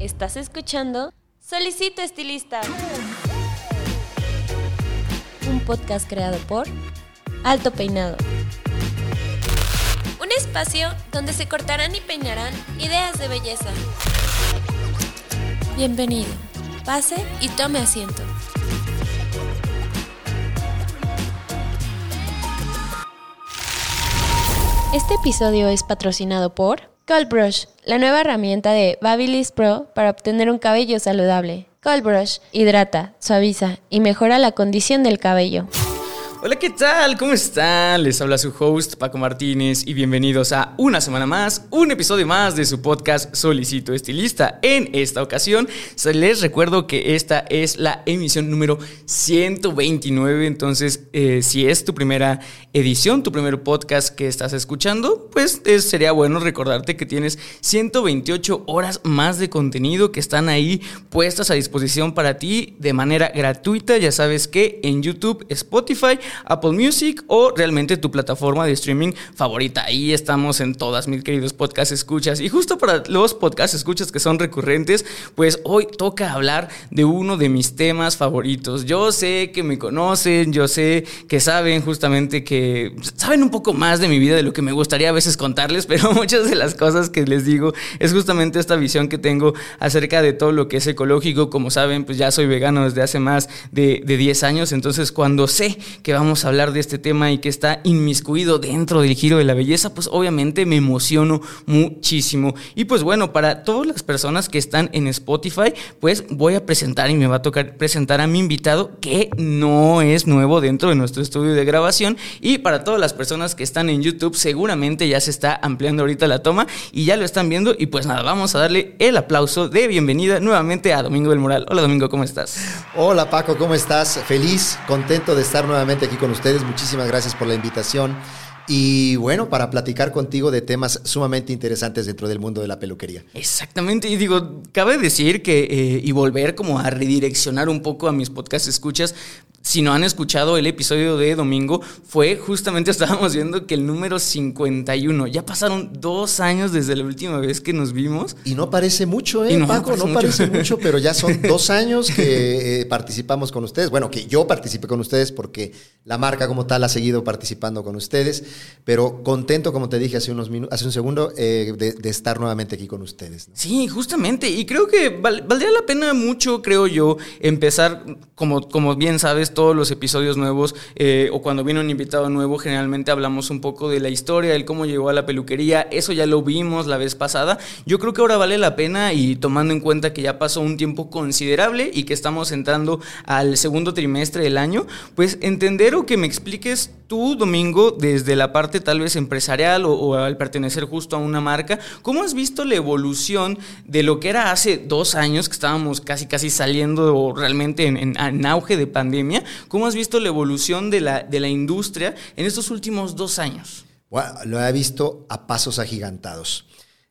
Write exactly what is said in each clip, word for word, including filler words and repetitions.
Estás escuchando Solicito Estilista, un podcast creado por Alto Peinado. Un espacio donde se cortarán y peinarán ideas de belleza. Bienvenido, pase y tome asiento. Este episodio es patrocinado por Cold Brush, la nueva herramienta de Babyliss Pro para obtener un cabello saludable. Cold Brush hidrata, suaviza y mejora la condición del cabello. Hola, ¿qué tal? ¿Cómo están? Les habla su host Paco Martínez y bienvenidos a una semana más, un episodio más de su podcast Solicito Estilista. En esta ocasión les recuerdo que esta es la emisión número ciento veintinueve, entonces eh, si es tu primera edición, tu primer podcast que estás escuchando, pues eh, sería bueno recordarte que tienes ciento veintiocho horas más de contenido que están ahí puestas a disposición para ti de manera gratuita. Ya sabes que en YouTube, Spotify, Apple Music o realmente tu plataforma de streaming favorita. Ahí estamos en todas, mis queridos podcast escuchas. Y justo para los podcast escuchas que son recurrentes, pues hoy toca hablar de uno de mis temas favoritos. Yo sé que me conocen, yo sé que saben justamente que saben un poco más de mi vida de lo que me gustaría a veces contarles, pero muchas de las cosas que les digo es justamente esta visión que tengo acerca de todo lo que es ecológico. Como saben, pues ya soy vegano desde hace más de, de diez años, entonces cuando sé que vamos a hablar de este tema y que está inmiscuido dentro del giro de la belleza, pues obviamente me emociono muchísimo. Y pues bueno, para todas las personas que están en Spotify, pues voy a presentar y me va a tocar presentar a mi invitado, que no es nuevo dentro de nuestro estudio de grabación. Y para todas las personas que están en YouTube, seguramente ya se está ampliando ahorita la toma y ya lo están viendo. Y pues nada, vamos a darle el aplauso de bienvenida nuevamente a Domingo del Moral. Hola Domingo, ¿cómo estás? Hola Paco, ¿cómo estás? Feliz, contento de estar nuevamente aquí con ustedes. Muchísimas gracias por la invitación. Y bueno, para platicar contigo de temas sumamente interesantes dentro del mundo de la peluquería. Exactamente, y digo, cabe decir que, eh, y volver como a redireccionar un poco a mis podcast escuchas. Si no han escuchado el episodio de domingo, fue justamente, estábamos viendo que el número cincuenta y uno, ya pasaron dos años desde la última vez que nos vimos. Y no parece mucho, ¿eh, no, Paco? parece No mucho. parece mucho, pero ya son dos años que eh, participamos con ustedes. Bueno, que yo participé con ustedes porque la marca como tal ha seguido participando con ustedes, pero contento, como te dije hace unos minutos, hace un segundo, eh, de, de estar nuevamente aquí con ustedes, ¿no? Sí, justamente, y creo que val, valdría la pena mucho, creo yo, empezar, como, como bien sabes, todos los episodios nuevos eh, o cuando viene un invitado nuevo, generalmente hablamos un poco de la historia, el cómo llegó a la peluquería. Eso ya lo vimos la vez pasada. Yo creo que ahora vale la pena, y tomando en cuenta que ya pasó un tiempo considerable y que estamos entrando al segundo trimestre del año, pues entender o que me expliques tú, Domingo, desde la parte tal vez empresarial o, o al pertenecer justo a una marca, ¿cómo has visto la evolución de lo que era hace dos años que estábamos casi casi saliendo o realmente en, en, en auge de pandemia? ¿Cómo has visto la evolución de la, de la industria en estos últimos dos años? Bueno, lo he visto a pasos agigantados.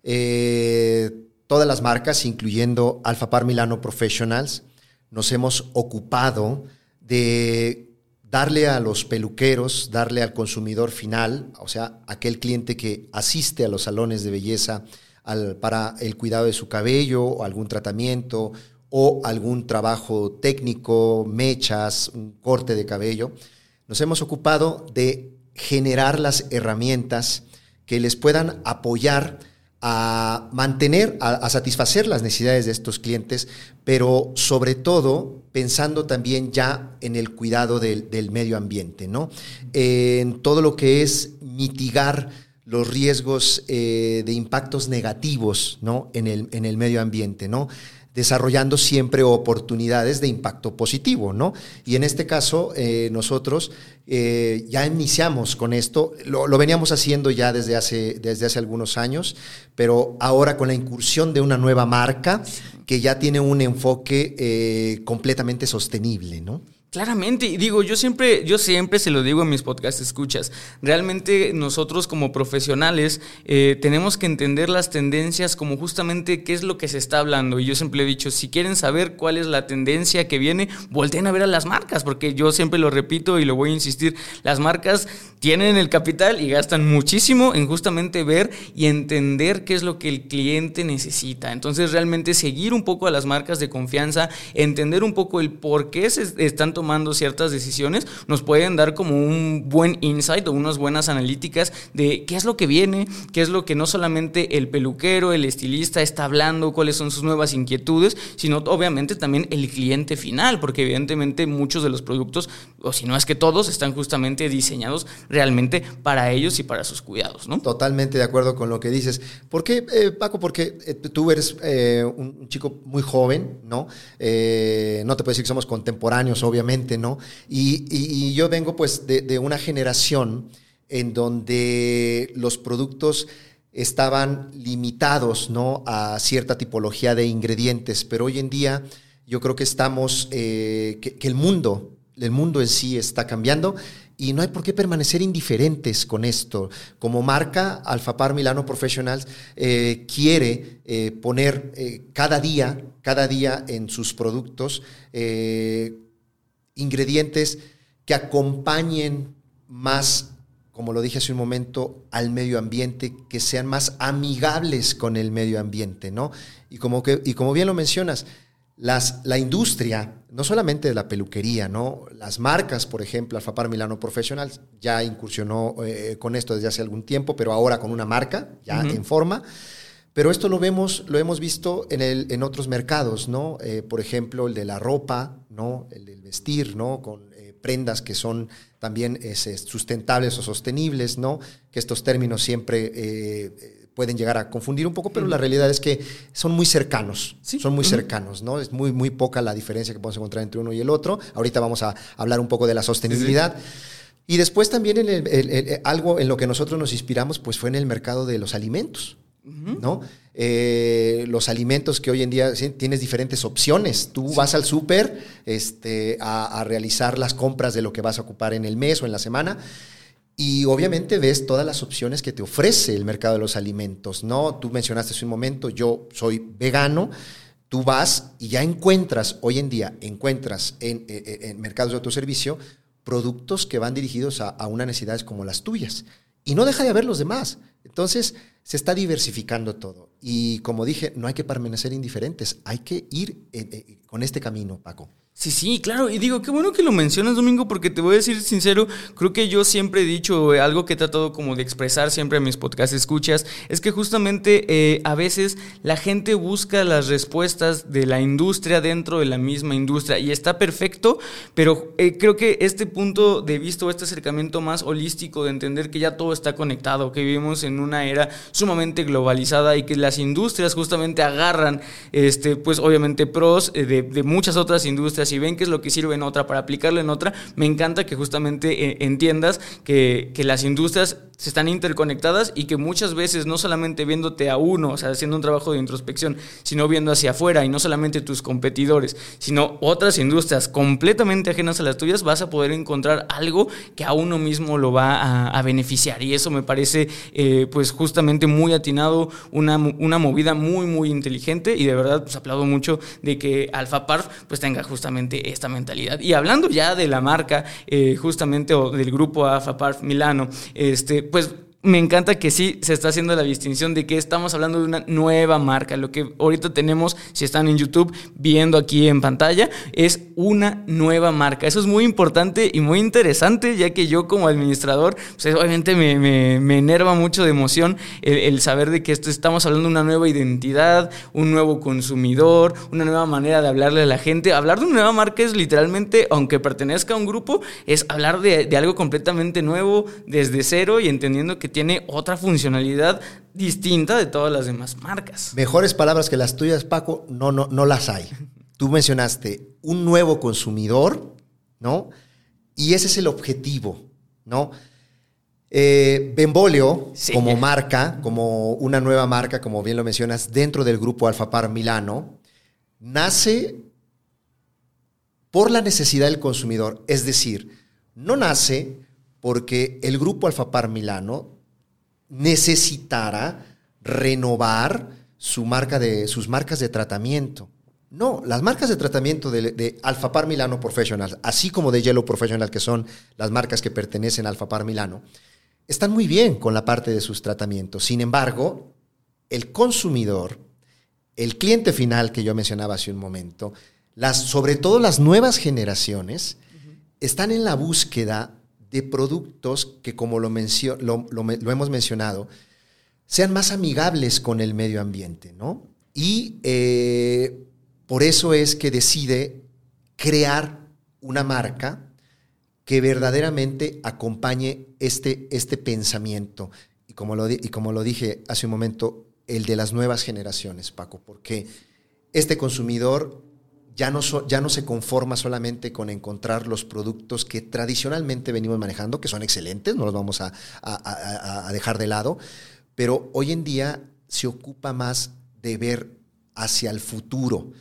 Eh, todas las marcas, incluyendo Alpha Par Milano Professionals, nos hemos ocupado de darle a los peluqueros, darle al consumidor final, o sea, aquel cliente que asiste a los salones de belleza al, para el cuidado de su cabello o algún tratamiento o algún trabajo técnico, mechas, un corte de cabello. Nos hemos ocupado de generar las herramientas que les puedan apoyar a mantener, a, a satisfacer las necesidades de estos clientes, pero sobre todo pensando también ya en el cuidado del, del medio ambiente, ¿no? En todo lo que es mitigar los riesgos eh, de impactos negativos, ¿no? en el, en el medio ambiente, ¿no? Desarrollando siempre oportunidades de impacto positivo, ¿no? Y en este caso, eh, nosotros eh, ya iniciamos con esto, lo, lo veníamos haciendo ya desde hace, desde hace algunos años, pero ahora con la incursión de una nueva marca que ya tiene un enfoque eh, completamente sostenible, ¿no? Claramente, y digo, yo siempre, yo siempre se lo digo en mis podcast escuchas, realmente nosotros como profesionales eh, tenemos que entender las tendencias como justamente qué es lo que se está hablando, y yo siempre he dicho, si quieren saber cuál es la tendencia que viene, volteen a ver a las marcas, porque yo siempre lo repito y lo voy a insistir, las marcas tienen el capital y gastan muchísimo en justamente ver y entender qué es lo que el cliente necesita, entonces realmente seguir un poco a las marcas de confianza, entender un poco el por qué se están tomando tomando ciertas decisiones, nos pueden dar como un buen insight o unas buenas analíticas de qué es lo que viene, qué es lo que no solamente el peluquero, el estilista está hablando, cuáles son sus nuevas inquietudes, sino obviamente también el cliente final, porque evidentemente muchos de los productos, o si no es que todos, están justamente diseñados realmente para ellos y para sus cuidados, ¿no? Totalmente de acuerdo con lo que dices. ¿Por qué, eh, Paco? Porque eh, tú eres eh, un chico muy joven, ¿no? Eh, no te puedo decir que somos contemporáneos, obviamente, ¿no? Y, y, y yo vengo pues de, de una generación en donde los productos estaban limitados, ¿no?, a cierta tipología de ingredientes, pero hoy en día yo creo que estamos, eh, que, que el mundo, el mundo en sí está cambiando y no hay por qué permanecer indiferentes con esto. Como marca, Alfapar Milano Professionals eh, quiere eh, poner eh, cada día, cada día en sus productos eh, ingredientes que acompañen más, como lo dije hace un momento, al medio ambiente, que sean más amigables con el medio ambiente, ¿no? Y como, que, y como bien lo mencionas, las, la industria, no solamente de la peluquería, ¿no? Las marcas, por ejemplo, Alfapar Milano Professionals ya incursionó eh, con esto desde hace algún tiempo, pero ahora con una marca ya uh-huh. en forma. Pero esto lo vemos, lo hemos visto en, el, en otros mercados, ¿no? Eh, por ejemplo, el de la ropa, ¿no? El del vestir, ¿no? Con eh, prendas que son también eh, sustentables o sostenibles, ¿no? Que estos términos siempre eh, pueden llegar a confundir un poco, pero la realidad es que son muy cercanos, ¿sí? Son muy uh-huh. cercanos, ¿no? Es muy, muy poca la diferencia que podemos encontrar entre uno y el otro. Ahorita vamos a hablar un poco de la sostenibilidad. Sí, sí. Y después también en el, el, el, algo en lo que nosotros nos inspiramos pues fue en el mercado de los alimentos. Uh-huh. ¿No? Eh, los alimentos que hoy en día ¿sí? tienes diferentes opciones. Tú sí. vas al súper este, a, a realizar las compras de lo que vas a ocupar en el mes o en la semana y obviamente ves todas las opciones que te ofrece el mercado de los alimentos, ¿no? Tú mencionaste hace un momento, yo soy vegano. Tú vas y ya encuentras, hoy en día encuentras en, en, en mercados de autoservicio productos que van dirigidos a, a unas necesidades como las tuyas y no deja de haber los demás. Entonces se está diversificando todo y como dije, no hay que permanecer indiferentes, hay que ir eh, eh, con este camino, Paco. Sí, sí, claro, y digo, qué bueno que lo mencionas, Domingo, porque te voy a decir sincero, creo que yo siempre he dicho, eh, algo que he tratado como de expresar siempre en mis podcasts escuchas, es que justamente eh, a veces la gente busca las respuestas de la industria dentro de la misma industria, y está perfecto, pero eh, creo que este punto de vista, o este acercamiento más holístico de entender que ya todo está conectado, que vivimos en una era sumamente globalizada y que las industrias justamente agarran, este, pues obviamente pros eh, de, de muchas otras industrias, si ven qué es lo que sirve en otra para aplicarlo en otra, me encanta que justamente eh, entiendas que, que las industrias se están interconectadas y que muchas veces no solamente viéndote a uno, o sea, haciendo un trabajo de introspección, sino viendo hacia afuera y no solamente tus competidores, sino otras industrias completamente ajenas a las tuyas, vas a poder encontrar algo que a uno mismo lo va a, a beneficiar, y eso me parece eh, pues justamente muy atinado, una, una movida muy muy inteligente, y de verdad pues aplaudo mucho de que Alfapar pues tenga justamente esta mentalidad. Y hablando ya de la marca eh, justamente o del grupo Alfapar Milano, este pues me encanta que sí se está haciendo la distinción de que estamos hablando de una nueva marca. Lo que ahorita tenemos, si están en YouTube viendo aquí en pantalla, es una nueva marca. Eso es muy importante y muy interesante, ya que yo como administrador, pues obviamente me, me, me enerva mucho de emoción el, el saber de que esto, estamos hablando de una nueva identidad, un nuevo consumidor, una nueva manera de hablarle a la gente. Hablar de una nueva marca es literalmente, aunque pertenezca a un grupo, es hablar de, de algo completamente nuevo, desde cero, y entendiendo que tiene otra funcionalidad distinta de todas las demás marcas. Mejores palabras que las tuyas, Paco, no, no, no las hay. Tú mencionaste un nuevo consumidor, ¿no? Y ese es el objetivo, ¿no? Eh, Benvolio, sí, como marca, como una nueva marca, como bien lo mencionas, dentro del grupo Alfapar Milano, nace por la necesidad del consumidor. Es decir, no nace porque el grupo Alfapar Milano necesitara renovar su marca de, sus marcas de tratamiento. No, las marcas de tratamiento de, de Alfapar Milano Professional, así como de Yellow Professional, que son las marcas que pertenecen a Alfapar Milano, están muy bien con la parte de sus tratamientos. Sin embargo, el consumidor, el cliente final que yo mencionaba hace un momento, las, sobre todo las nuevas generaciones, uh-huh. están en la búsqueda de productos que, como lo, mencio, lo, lo, lo hemos mencionado, sean más amigables con el medio ambiente, ¿no? Y eh, por eso es que decide crear una marca que verdaderamente acompañe este, este pensamiento. Y como, lo, y como lo dije hace un momento, el de las nuevas generaciones, Paco, porque este consumidor ya no, so, ya no se conforma solamente con encontrar los productos que tradicionalmente venimos manejando, que son excelentes, no los vamos a, a, a, a dejar de lado, pero hoy en día se ocupa más de ver hacia el futuro.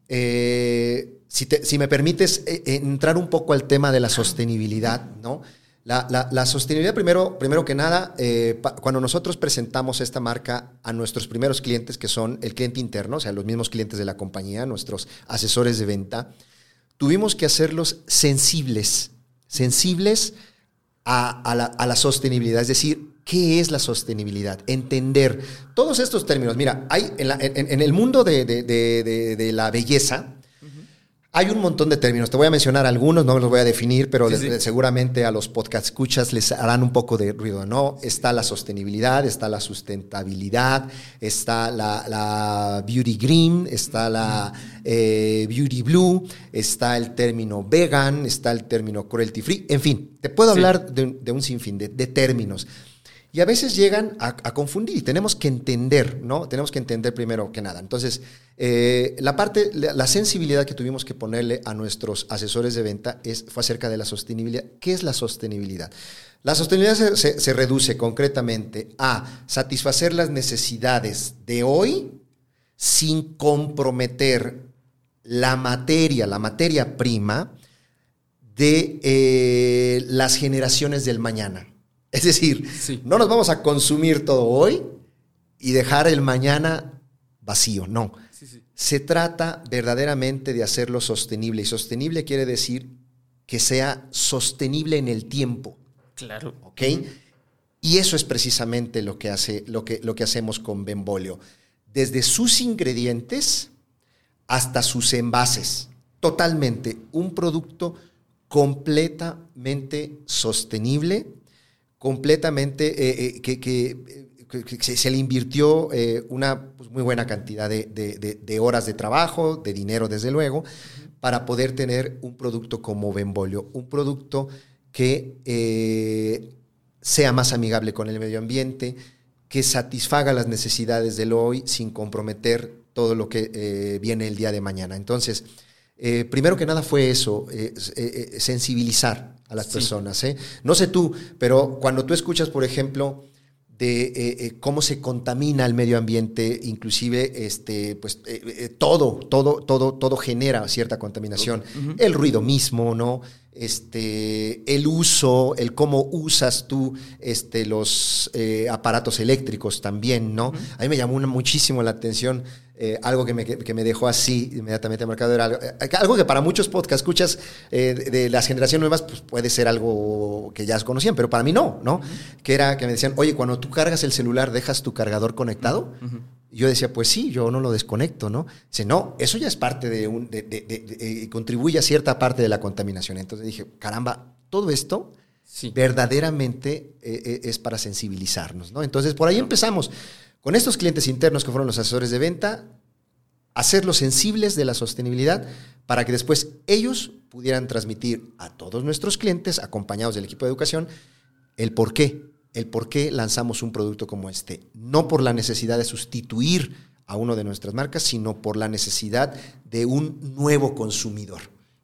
Eh, si, te, si me permites eh, entrar un poco al tema de la sostenibilidad, ¿no? La, la, la sostenibilidad, primero, primero que nada, eh, pa, cuando nosotros presentamos esta marca a nuestros primeros clientes, que son el cliente interno, o sea, los mismos clientes de la compañía, nuestros asesores de venta, tuvimos que hacerlos sensibles, sensibles a, a, la, a la sostenibilidad, es decir, ¿qué es la sostenibilidad? Entender todos estos términos. Mira, hay en, la, en, en el mundo de, de, de, de, de la belleza, hay un montón de términos. Te voy a mencionar algunos, no los voy a definir, pero sí, les, sí. seguramente a los podcast escuchas les harán un poco de ruido, ¿no? Está la sostenibilidad, está la sustentabilidad, está la, la beauty green, está la eh, beauty blue, está el término vegan, está el término cruelty free. En fin, te puedo sí. hablar de, de un sinfín de, de términos. Y a veces llegan a, a confundir y tenemos que entender, ¿no? Tenemos que entender primero que nada. Entonces, eh, la parte, la, la sensibilidad que tuvimos que ponerle a nuestros asesores de venta es, fue acerca de la sostenibilidad. ¿Qué es la sostenibilidad? La sostenibilidad se, se, se reduce concretamente a satisfacer las necesidades de hoy sin comprometer la materia, la materia prima de eh, las generaciones del mañana. Es decir, sí. no nos vamos a consumir todo hoy y dejar el mañana vacío, no. Sí, sí. Se trata verdaderamente de hacerlo sostenible. Y sostenible quiere decir que sea sostenible en el tiempo. Claro. ¿Ok? Uh-huh. Y eso es precisamente lo que, hace, lo que, lo que hacemos con Benvolio. Desde sus ingredientes hasta sus envases. Totalmente. Un producto completamente sostenible, completamente eh, eh, que, que, que, que se le invirtió eh, una pues, muy buena cantidad de, de, de, de horas de trabajo, de dinero desde luego, uh-huh. para poder tener un producto como Benvolio, un producto que eh, sea más amigable con el medio ambiente, que satisfaga las necesidades del hoy sin comprometer todo lo que eh, viene el día de mañana. Entonces, eh, primero que nada fue eso, eh, eh, eh, sensibilizar a las sí. personas. ¿eh? No sé tú, pero cuando tú escuchas, por ejemplo, de eh, eh, cómo se contamina el medio ambiente, inclusive este, pues, eh, eh, todo, todo, todo, todo genera cierta contaminación. Uh-huh. El ruido mismo, ¿no? Este, el uso, el cómo usas tú este, los eh, aparatos eléctricos también, ¿no? Uh-huh. A mí me llamó una, muchísimo la atención eh, algo que me, que me dejó así inmediatamente marcado. Era algo, algo que para muchos podcast escuchas eh, de, de las generaciones nuevas pues puede ser algo que ya conocían, pero para mí no, ¿no? Uh-huh. Que era que me decían, oye, cuando tú cargas el celular, ¿dejas tu cargador conectado? Uh-huh. Y yo decía, pues sí, yo no lo desconecto, ¿no? Dice, no, eso ya es parte de un... De, de, de, de, de, contribuye a cierta parte de la contaminación. Entonces dije, caramba, todo esto sí. verdaderamente eh, es para sensibilizarnos, ¿no? Entonces, por ahí empezamos. Con estos clientes internos que fueron los asesores de venta, hacerlos sensibles de la sostenibilidad para que después ellos pudieran transmitir a todos nuestros clientes, acompañados del equipo de educación, el por qué. El por qué lanzamos un producto como este. No por la necesidad de sustituir a una de nuestras marcas, sino por la necesidad de un nuevo consumidor.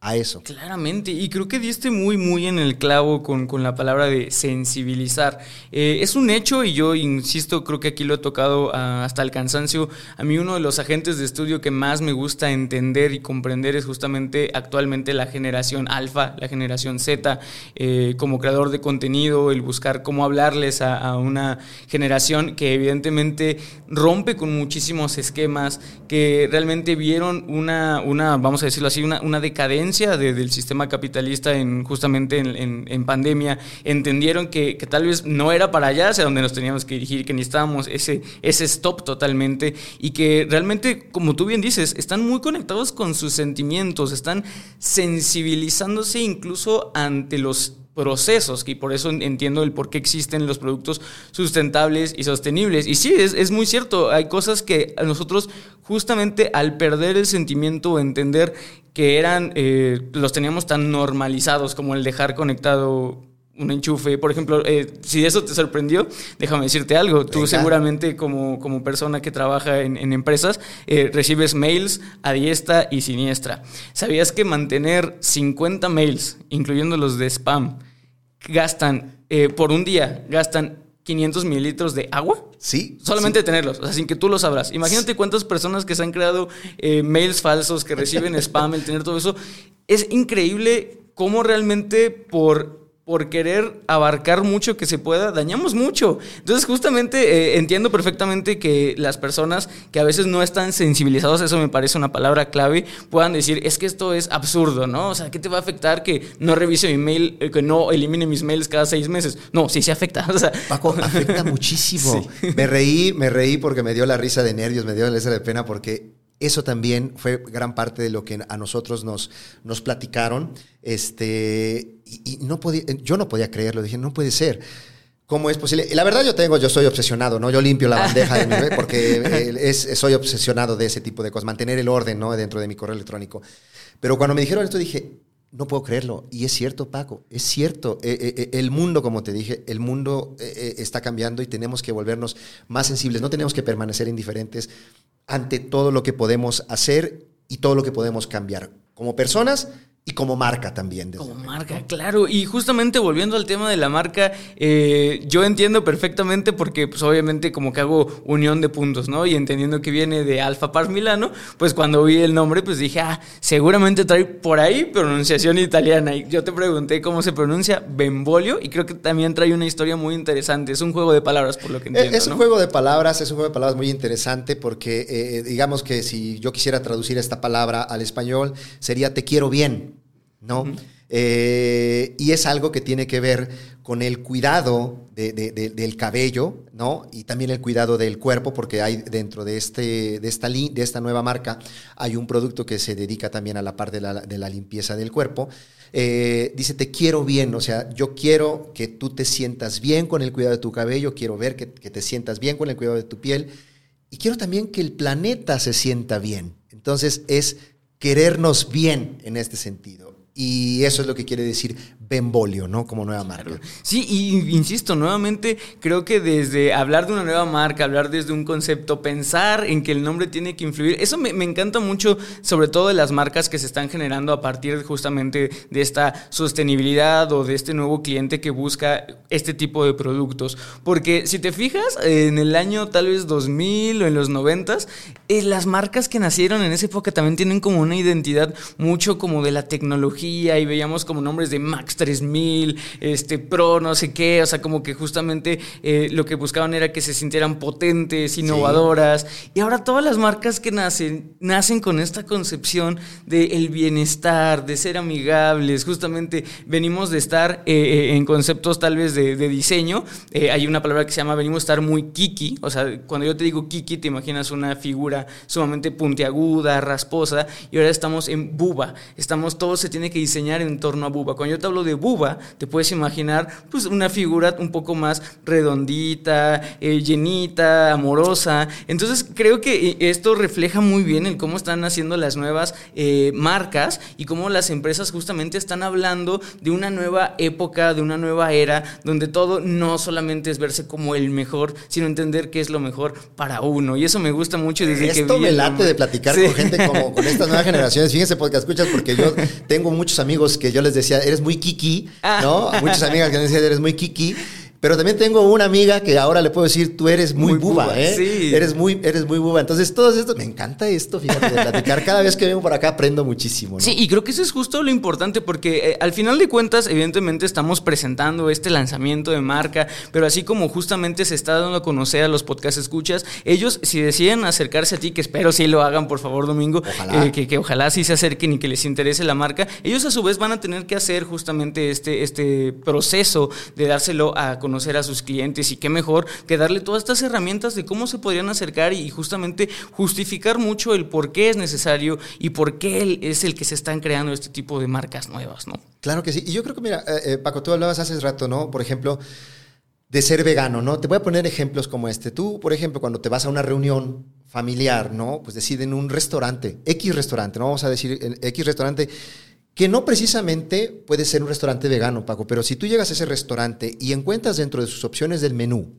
a eso. Claramente, y creo que diste muy, muy en el clavo con, con la palabra de sensibilizar. Eh, es un hecho, y yo insisto, creo que aquí lo he tocado uh, hasta el cansancio. A mí uno de los agentes de estudio que más me gusta entender y comprender es justamente actualmente la generación alfa, la generación Z, eh, como creador de contenido, el buscar cómo hablarles a, a una generación que evidentemente rompe con muchísimos esquemas, que realmente vieron una, una vamos a decirlo así, una, una decadencia De, del sistema capitalista en justamente en, en, en pandemia. Entendieron que, que tal vez no era para allá hacia donde nos teníamos que dirigir, que necesitábamos ese, ese stop totalmente, y que realmente, como tú bien dices, están muy conectados con sus sentimientos, están sensibilizándose incluso ante los procesos, y por eso entiendo el por qué existen los productos sustentables y sostenibles. Y sí, es, es muy cierto, hay cosas que nosotros justamente al perder el sentimiento o entender que eran, eh, los teníamos tan normalizados como el dejar conectado un enchufe, por ejemplo, eh, si eso te sorprendió, déjame decirte algo. Venga. Tú seguramente como, como persona que trabaja en, en empresas, eh, recibes mails a diestra y siniestra. ¿Sabías que mantener cincuenta mails, incluyendo los de spam, gastan, eh, por un día, gastan quinientos mililitros de agua? Sí. Solamente sí. tenerlos, o sea, sin que tú lo sabrás. Imagínate cuántas personas que se han creado eh, mails falsos, que reciben spam, el tener todo eso. Es increíble cómo realmente por... por querer abarcar mucho que se pueda, dañamos mucho. Entonces justamente eh, entiendo perfectamente que las personas que a veces no están sensibilizados, eso me parece una palabra clave, puedan decir, es que esto es absurdo, ¿no? O sea, ¿qué te va a afectar que no revise mi mail, eh, que no elimine mis mails cada seis meses? No, sí, sí afecta. O sea, Paco, afecta muchísimo. Sí. Me reí, me reí porque me dio la risa de nervios, me dio la risa de pena, porque eso también fue gran parte de lo que a nosotros nos, nos platicaron. Este, y, y no podía, yo no podía creerlo. Dije, no puede ser. ¿Cómo es posible? Y la verdad yo tengo, yo soy obsesionado, ¿no? Yo limpio la bandeja de mi, porque es, soy obsesionado de ese tipo de cosas. Mantener el orden, ¿no? Dentro de mi correo electrónico. Pero cuando me dijeron esto dije, no puedo creerlo. Y es cierto, Paco, es cierto. Eh, eh, el mundo, como te dije, el mundo eh, está cambiando y tenemos que volvernos más sensibles. No tenemos que permanecer indiferentes ante todo lo que podemos hacer y todo lo que podemos cambiar como personas y como marca también. Como marca, claro. Y justamente volviendo al tema de la marca, eh, yo entiendo perfectamente porque pues obviamente como que hago unión de puntos, ¿no? Y entendiendo que viene de Alfa Par Milano, pues cuando vi el nombre pues dije, ah, seguramente trae por ahí pronunciación italiana. Y yo te pregunté cómo se pronuncia Benvolio, y creo que también trae una historia muy interesante. Es un juego de palabras, por lo que entiendo, Es un ¿no? juego de palabras, es un juego de palabras muy interesante porque eh, digamos que si yo quisiera traducir esta palabra al español sería te quiero bien, ¿no? Uh-huh. Eh, y es algo que tiene que ver con el cuidado de, de, de, del cabello, ¿no? Y también el cuidado del cuerpo, porque hay dentro de, este, de, esta, li, de esta nueva marca hay un producto que se dedica también a la parte de la, de la limpieza del cuerpo. Eh, dice, te quiero bien, o sea, yo quiero que tú te sientas bien con el cuidado de tu cabello, quiero ver que, que te sientas bien con el cuidado de tu piel, y quiero también que el planeta se sienta bien. Entonces es querernos bien en este sentido. Y eso es lo que quiere decir Benvolio, ¿no? Como nueva marca. Sí, y insisto, nuevamente, creo que desde hablar de una nueva marca, hablar desde un concepto, pensar en que el nombre tiene que influir, eso me, me encanta mucho, sobre todo de las marcas que se están generando a partir justamente de esta sostenibilidad o de este nuevo cliente que busca este tipo de productos. Porque si te fijas, en el año tal vez dos mil o en los noventas, eh, las marcas que nacieron en esa época también tienen como una identidad mucho como de la tecnología, y veíamos como nombres de Max tres mil, este, Pro no sé qué, o sea, como que justamente eh, lo que buscaban era que se sintieran potentes, innovadoras, sí. Y ahora todas las marcas que nacen, nacen con esta concepción del bienestar, de ser amigables, justamente venimos de estar eh, en conceptos tal vez de, de diseño, eh, hay una palabra que se llama venimos de estar muy kiki, o sea, cuando yo te digo kiki te imaginas una figura sumamente puntiaguda, rasposa, y ahora estamos en buba, estamos, todo se tiene que diseñar en torno a buba. Cuando yo te hablo hablo de Bubba, te puedes imaginar pues una figura un poco más redondita, eh, llenita, amorosa. Entonces creo que esto refleja muy bien el cómo están haciendo las nuevas eh, marcas y cómo las empresas justamente están hablando de una nueva época, de una nueva era, donde todo no solamente es verse como el mejor, sino entender qué es lo mejor para uno. Y eso me gusta mucho desde Esto que vi me el late nombre. de platicar Sí. con gente como con estas nuevas generaciones. Fíjense, podcast escuchas, porque yo tengo muchos amigos que yo les decía, eres muy kiki, ¿no? Muchas amigas que me decían, eres muy kiki. Pero también tengo una amiga que ahora le puedo decir, tú eres muy, Muy buba, buba, ¿eh? sí. Eres muy, eres muy buba. Entonces, todo esto, me encanta esto, fíjate, de platicar. Cada vez que vengo por acá aprendo muchísimo, ¿no? Sí, y creo que eso es justo lo importante porque eh, al final de cuentas, evidentemente estamos presentando este lanzamiento de marca, pero así como justamente se está dando a conocer a los podcast escuchas, ellos si deciden acercarse a ti, que espero sí lo hagan, por favor, Domingo, Ojalá. eh, que, que ojalá sí se acerquen y que les interese la marca, ellos a su vez van a tener que hacer justamente este, este proceso de dárselo a conocer a sus clientes. Y qué mejor que darle todas estas herramientas de cómo se podrían acercar y justamente justificar mucho el por qué es necesario y por qué él es el que se están creando este tipo de marcas nuevas, ¿no? Claro que sí. Y yo creo que, mira, eh, Paco, tú hablabas hace rato, ¿no? Por ejemplo, de ser vegano, ¿no? Te voy a poner ejemplos como este. Tú, por ejemplo, cuando te vas a una reunión familiar, ¿no? Pues deciden un restaurante, X restaurante, no vamos a decir el X restaurante, que no precisamente puede ser un restaurante vegano, Paco, pero si tú llegas a ese restaurante y encuentras dentro de sus opciones del menú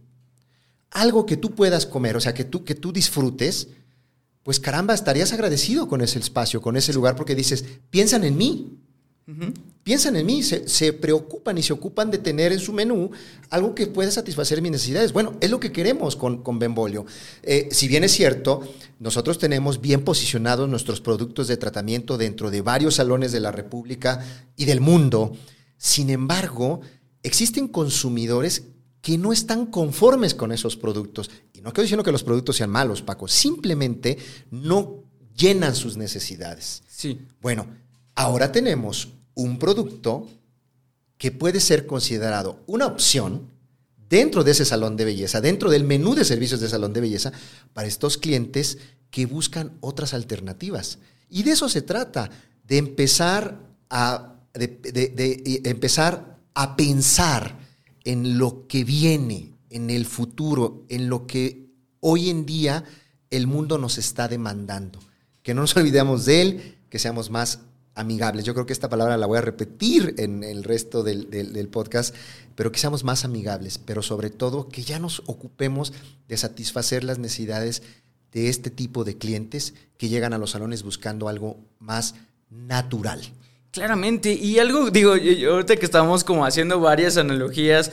algo que tú puedas comer, o sea, que tú, que tú disfrutes, pues caramba, estarías agradecido con ese espacio, con ese lugar, porque dices, piensan en mí. Uh-huh. Piensan en mí, se, se preocupan y se ocupan de tener en su menú algo que pueda satisfacer mis necesidades. Bueno, es lo que queremos con, con Benvolio. Eh, si bien es cierto, nosotros tenemos bien posicionados nuestros productos de tratamiento dentro de varios salones de la República y del mundo. Sin embargo, existen consumidores que no están conformes con esos productos. Y no estoy diciendo que los productos sean malos, Paco, simplemente no llenan sus necesidades. Sí. Bueno, ahora tenemos un producto que puede ser considerado una opción dentro de ese salón de belleza, dentro del menú de servicios de salón de belleza, para estos clientes que buscan otras alternativas. Y de eso se trata, de empezar a, de, de, de empezar a pensar en lo que viene, en el futuro, en lo que hoy en día el mundo nos está demandando. Que no nos olvidemos de él, que seamos más amigables. Yo creo que esta palabra la voy a repetir en el resto del, del, del podcast, pero que seamos más amigables, pero sobre todo que ya nos ocupemos de satisfacer las necesidades de este tipo de clientes que llegan a los salones buscando algo más natural. Claramente, y algo, digo, yo, ahorita que estamos como haciendo varias analogías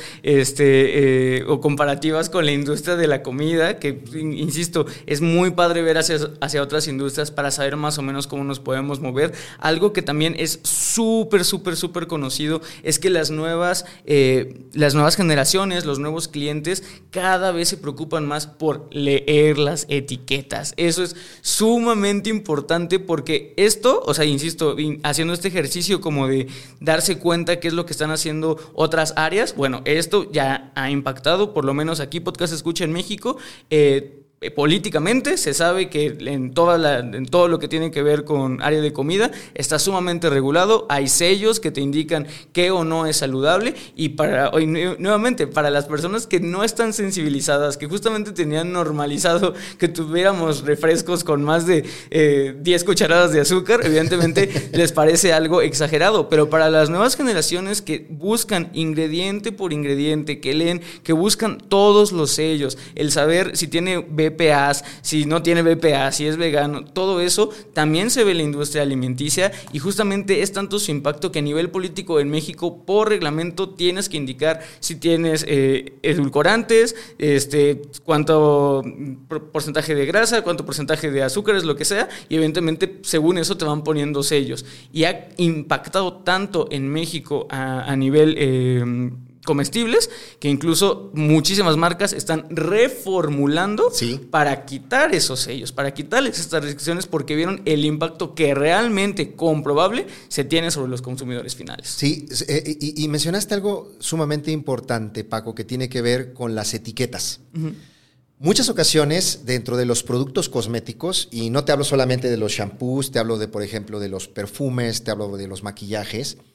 este, eh, o comparativas con la industria de la comida, que, insisto, es muy padre ver hacia, hacia otras industrias para saber más o menos cómo nos podemos mover. Algo que también es súper, súper, súper conocido es que las nuevas, eh, las nuevas generaciones, los nuevos clientes, cada vez se preocupan más por leer las etiquetas. Eso es sumamente importante porque esto, o sea, insisto, haciendo este ejercicio como de darse cuenta qué es lo que están haciendo otras áreas. Bueno, esto ya ha impactado, por lo menos aquí Podcast Escucha en México. Eh, políticamente se sabe que en, toda la, en todo lo que tiene que ver con área de comida está sumamente regulado, hay sellos que te indican qué o no es saludable y para hoy nuevamente para las personas que no están sensibilizadas, que justamente tenían normalizado que tuviéramos refrescos con más de eh, diez cucharadas de azúcar, evidentemente les parece algo exagerado, pero para las nuevas generaciones que buscan ingrediente por ingrediente, que leen, que buscan todos los sellos, el saber si tiene B P As, si no tiene B P A, si es vegano, todo eso también se ve en la industria alimenticia y justamente es tanto su impacto que a nivel político en México por reglamento tienes que indicar si tienes eh, edulcorantes, este, cuánto porcentaje de grasa, cuánto porcentaje de azúcares, lo que sea, y evidentemente según eso te van poniendo sellos y ha impactado tanto en México a, a nivel eh, comestibles que incluso muchísimas marcas están reformulando sí. para quitar esos sellos, para quitarles estas restricciones porque vieron el impacto que realmente comprobable se tiene sobre los consumidores finales. Sí, eh, y, y mencionaste algo sumamente importante, Paco, que tiene que ver con las etiquetas. Uh-huh. Muchas ocasiones dentro de los productos cosméticos, y no te hablo solamente de los shampoos, te hablo de, por ejemplo, de los perfumes, te hablo de los maquillajes,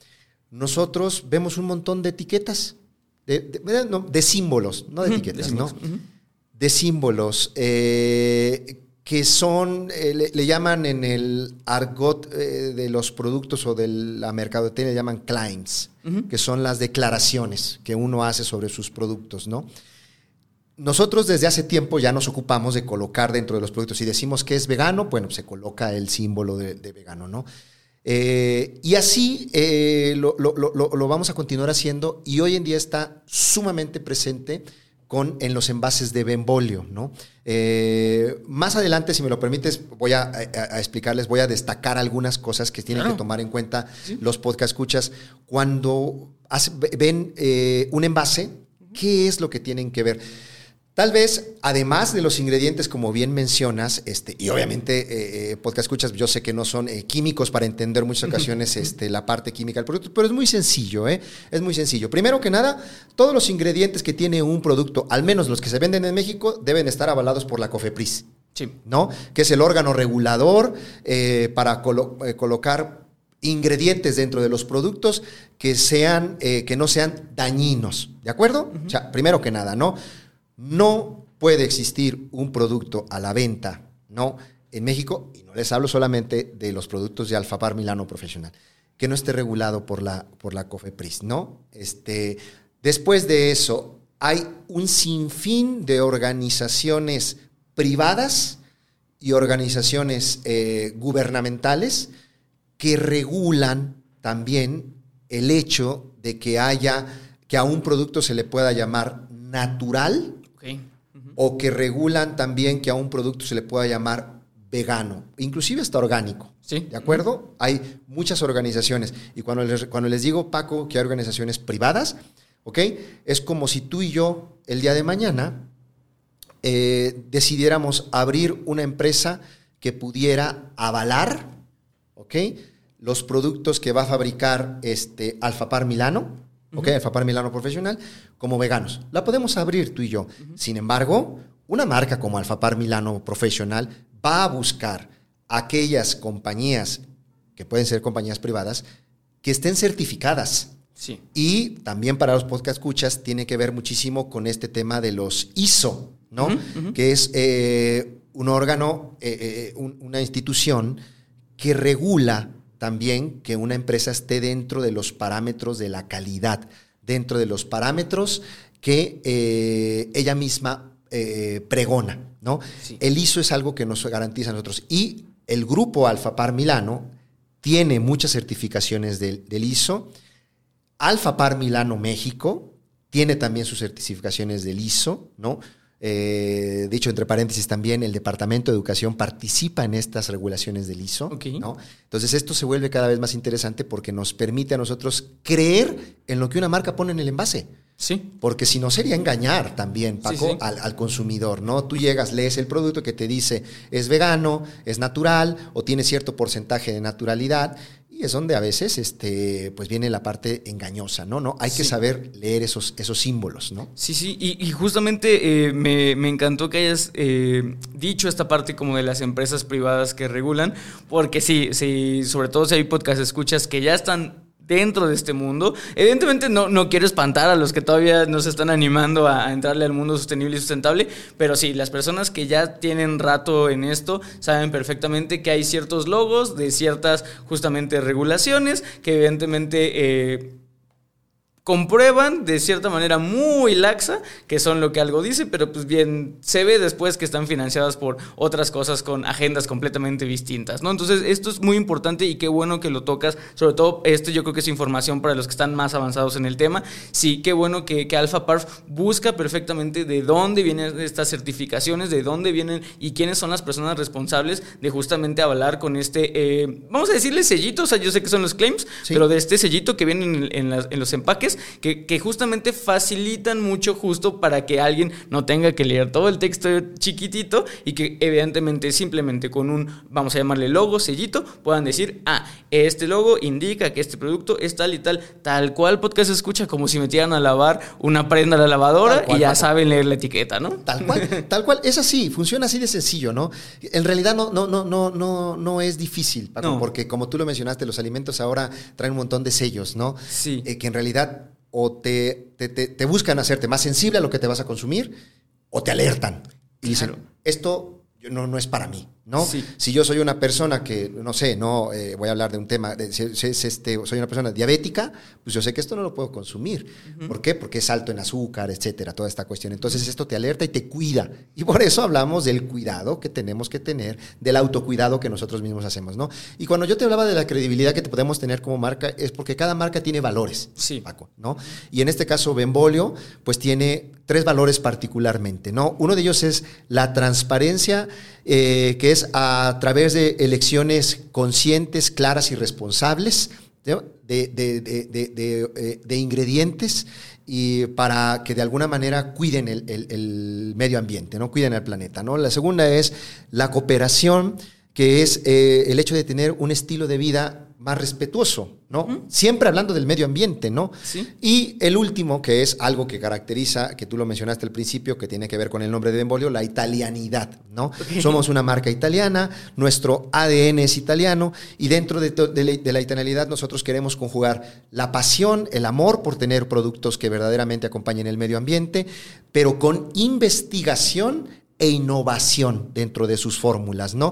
nosotros vemos un montón de etiquetas, de, de, no, de símbolos, no de uh-huh, etiquetas, de símbolos, ¿no? Uh-huh. De símbolos eh, que son, eh, le, le llaman en el argot eh, de los productos o de la mercadotecnia, le llaman claims, uh-huh. que son las declaraciones que uno hace sobre sus productos, ¿no? Nosotros desde hace tiempo ya nos ocupamos de colocar dentro de los productos, si decimos que es vegano, bueno, se coloca el símbolo de, de vegano, ¿no? Eh, y así eh, lo, lo, lo, lo vamos a continuar haciendo, y hoy en día está sumamente presente con, en los envases de Benvolio, ¿no? Eh, más adelante, si me lo permites, voy a, a, a explicarles, voy a destacar algunas cosas que tienen claro. que tomar en cuenta ¿Sí? los podcast escuchas cuando hace, ven eh, un envase, ¿qué es lo que tienen que ver? Tal vez, además de los ingredientes, como bien mencionas, este, y obviamente eh, podcast escuchas, yo sé que no son eh, químicos para entender muchas ocasiones este, la parte química del producto, pero es muy sencillo, ¿eh? Es muy sencillo. Primero que nada, todos los ingredientes que tiene un producto, al menos los que se venden en México, deben estar avalados por la COFEPRIS, sí. ¿no? Que es el órgano regulador eh, para colo- eh, colocar ingredientes dentro de los productos que, sean, eh, que no sean dañinos, ¿de acuerdo? Uh-huh. O sea, primero que nada, ¿no? No puede existir un producto a la venta, ¿no? En México, y no les hablo solamente de los productos de Alfapar Milano Profesional, que no esté regulado por la, por la COFEPRIS, ¿no? Este, después de eso, hay un sinfín de organizaciones privadas y organizaciones eh, gubernamentales que regulan también el hecho de que haya, que a un producto se le pueda llamar natural, okay. uh-huh. o que regulan también que a un producto se le pueda llamar vegano, inclusive hasta orgánico, ¿sí? ¿De acuerdo? Uh-huh. Hay muchas organizaciones, y cuando les, cuando les digo, Paco, que hay organizaciones privadas, ¿ok? Es como si tú y yo, el día de mañana, eh, decidiéramos abrir una empresa que pudiera avalar, ¿ok?, los productos que va a fabricar este Alfapar Milano, ¿ok? Uh-huh. Alfapar Milano Profesional, como veganos. La podemos abrir tú y yo. Uh-huh. Sin embargo, una marca como Alfapar Milano Profesional va a buscar aquellas compañías, que pueden ser compañías privadas, que estén certificadas. Sí. Y también para los podcast escuchas tiene que ver muchísimo con este tema de los I S O, ¿no? Uh-huh, uh-huh. Que es eh, un órgano, eh, eh, un, una institución que regula también que una empresa esté dentro de los parámetros de la calidad, dentro de los parámetros que eh, ella misma eh, pregona, ¿no? Sí. El I S O es algo que nos garantiza a nosotros. Y el grupo Alfapar Milano tiene muchas certificaciones del, del I S O. Alfapar Milano México tiene también sus certificaciones del I S O, ¿no? Eh, dicho entre paréntesis también, el Departamento de Educación participa en estas regulaciones del I S O, okay. ¿no? Entonces esto se vuelve cada vez más interesante porque nos permite a nosotros creer en lo que una marca pone en el envase. Sí. Porque si no sería engañar también, Paco, sí, sí. Al, al consumidor, ¿no? Tú llegas, lees el producto que te dice es vegano, es natural o tiene cierto porcentaje de naturalidad. Y es donde a veces este, pues viene la parte engañosa, ¿no? ¿no? Hay sí. que saber leer esos, esos símbolos, ¿no? Sí, sí, y, y justamente eh, me, me encantó que hayas eh, dicho esta parte como de las empresas privadas que regulan, porque sí, sí, sobre todo si hay podcast escuchas que ya están dentro de este mundo. Evidentemente no, no quiero espantar a los que todavía nos están animando a, a entrarle al mundo sostenible y sustentable, pero sí, las personas que ya tienen rato en esto saben perfectamente que hay ciertos logos de ciertas justamente regulaciones que evidentemente eh, comprueban de cierta manera muy laxa que son lo que algo dice, pero pues bien se ve después que están financiadas por otras cosas con agendas completamente distintas, ¿no? Entonces esto es muy importante y qué bueno que lo tocas, sobre todo esto yo creo que es información para los que están más avanzados en el tema. Sí, qué bueno que, que Alfapar busca perfectamente de dónde vienen estas certificaciones, de dónde vienen y quiénes son las personas responsables de justamente avalar con este, eh, vamos a decirle sellito, o sea, yo sé que son los claims, sí. pero de este sellito que viene en, en, las, en los empaques, colores que, que justamente facilitan mucho justo para que alguien no tenga que leer todo el texto chiquitito y que evidentemente simplemente con un, vamos a llamarle logo, sellito, puedan decir, ah, este logo indica que este producto es tal y tal, tal cual podcast se escucha como si metieran a lavar una prenda a la lavadora cual, y ya saben leer la etiqueta, ¿no? Tal cual, tal cual, es así, funciona así de sencillo, ¿no? En realidad no, no, no, no, no, no es difícil, Paco, no. Porque como tú lo mencionaste, los alimentos ahora traen un montón de sellos, ¿no? Sí. Eh, que en realidad o te, te, te, te buscan hacerte más sensible a lo que te vas a consumir o te alertan y dicen, claro. esto no, no es para mí, ¿no? Sí. Si yo soy una persona que, no sé, no eh, voy a hablar de un tema, de, si, si, si este, soy una persona diabética, pues yo sé que esto no lo puedo consumir. Uh-huh. ¿Por qué? Porque es alto en azúcar, etcétera, toda esta cuestión. Entonces esto te alerta y te cuida. Y por eso hablamos del cuidado que tenemos que tener, del autocuidado que nosotros mismos hacemos, ¿no? Y cuando yo te hablaba de la credibilidad que te podemos tener como marca, es porque cada marca tiene valores, sí. Paco, ¿no? Y en este caso, Benvolio, pues tiene tres valores particularmente, ¿no? Uno de ellos es la transparencia, eh, que es a través de elecciones conscientes, claras y responsables, ¿no? de, de, de, de, de, de ingredientes y para que de alguna manera cuiden el, el, el medio ambiente, ¿no? Cuiden el planeta, ¿no? La segunda es la cooperación, que es eh, el hecho de tener un estilo de vida más respetuoso, ¿no? Uh-huh. Siempre hablando del medio ambiente, ¿no? Sí. Y el último, que es algo que caracteriza, que tú lo mencionaste al principio, que tiene que ver con el nombre de Benvolio, la italianidad, ¿no? Okay. Somos una marca italiana, nuestro A D N es italiano y dentro de, to- de, la, de la italianidad nosotros queremos conjugar la pasión, el amor por tener productos que verdaderamente acompañen el medio ambiente, pero con investigación e innovación dentro de sus fórmulas, ¿no?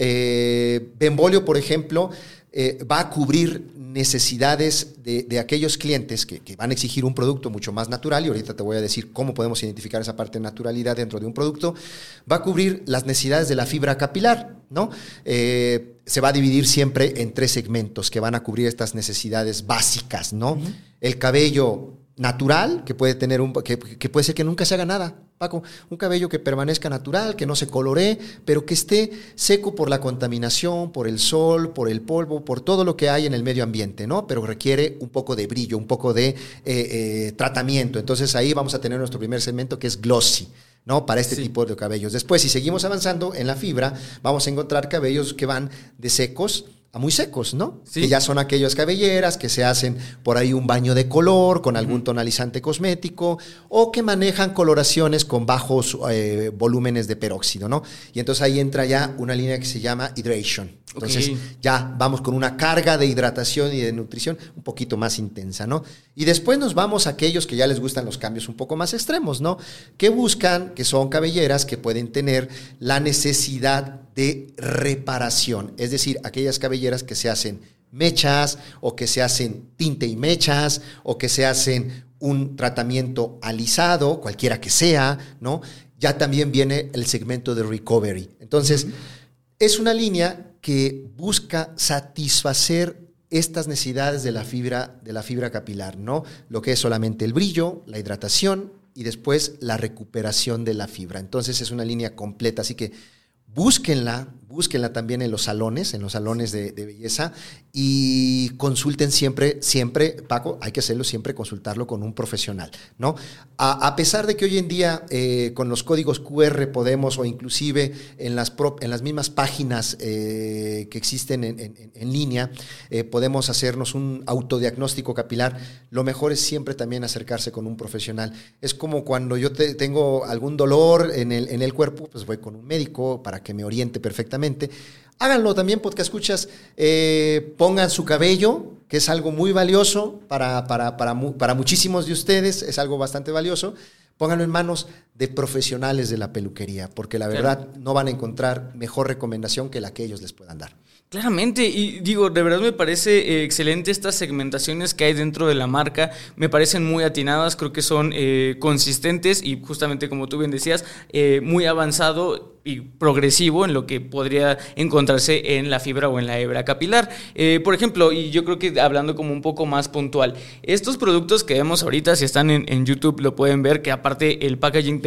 Eh, Benvolio, por ejemplo, eh, va a cubrir necesidades de, de aquellos clientes que, que van a exigir un producto mucho más natural, y ahorita te voy a decir cómo podemos identificar esa parte de naturalidad dentro de un producto. Va a cubrir las necesidades de la fibra capilar, ¿no? Eh, se va a dividir siempre en tres segmentos que van a cubrir estas necesidades básicas, ¿no? Uh-huh. El cabello natural, que puede tener un que, que puede ser que nunca se haga nada, Paco, un cabello que permanezca natural, que no se coloree, pero que esté seco por la contaminación, por el sol, por el polvo, por todo lo que hay en el medio ambiente, ¿no? Pero requiere un poco de brillo, un poco de eh, eh, tratamiento. Entonces ahí vamos a tener nuestro primer segmento, que es glossy, ¿no? Para este sí. tipo de cabellos. Después, si seguimos avanzando en la fibra, vamos a encontrar cabellos que van de secos a muy secos, ¿no? Sí. Que ya son aquellas cabelleras que se hacen por ahí un baño de color con algún tonalizante cosmético o que manejan coloraciones con bajos eh, volúmenes de peróxido, ¿no? Y entonces ahí entra ya una línea que se llama hydration. Entonces okay. ya vamos con una carga de hidratación y de nutrición un poquito más intensa, ¿no? Y después nos vamos a aquellos que ya les gustan los cambios un poco más extremos, ¿no? Que buscan, que son cabelleras que pueden tener la necesidad de reparación, es decir, aquellas cabelleras que se hacen mechas o que se hacen tinte y mechas o que se hacen un tratamiento alisado, cualquiera que sea, ¿no? Ya también viene el segmento de recovery. Entonces, uh-huh. es una línea que busca satisfacer estas necesidades de la fibra, de la fibra capilar, ¿no? Lo que es solamente el brillo, la hidratación y después la recuperación de la fibra. Entonces es una línea completa, así que búsquenla, búsquenla también en los salones, en los salones de, de belleza y consulten siempre, siempre, Paco, hay que hacerlo siempre, consultarlo con un profesional, ¿no? A, a pesar de que hoy en día eh, con los códigos cu erre podemos o inclusive en las, pro, en las mismas páginas eh, que existen en, en, en línea, eh, podemos hacernos un autodiagnóstico capilar, lo mejor es siempre también acercarse con un profesional. Es como cuando yo te, tengo algún dolor en el, en el cuerpo, pues voy con un médico para que me oriente perfectamente. Háganlo también, podcast escuchas, eh, pongan su cabello, que es algo muy valioso para, para, para, para muchísimos de ustedes, es algo bastante valioso. Pónganlo en manos de profesionales de la peluquería, porque la verdad claro. no van a encontrar mejor recomendación que la que ellos les puedan dar. Claramente, y digo, de verdad me parece eh, excelente estas segmentaciones que hay dentro de la marca, me parecen muy atinadas, creo que son eh, consistentes y justamente como tú bien decías, eh, muy avanzado y progresivo en lo que podría encontrarse en la fibra o en la hebra capilar. Eh, por ejemplo, y yo creo que hablando como un poco más puntual, estos productos que vemos ahorita, si están en, en YouTube lo pueden ver, que aparte el packaging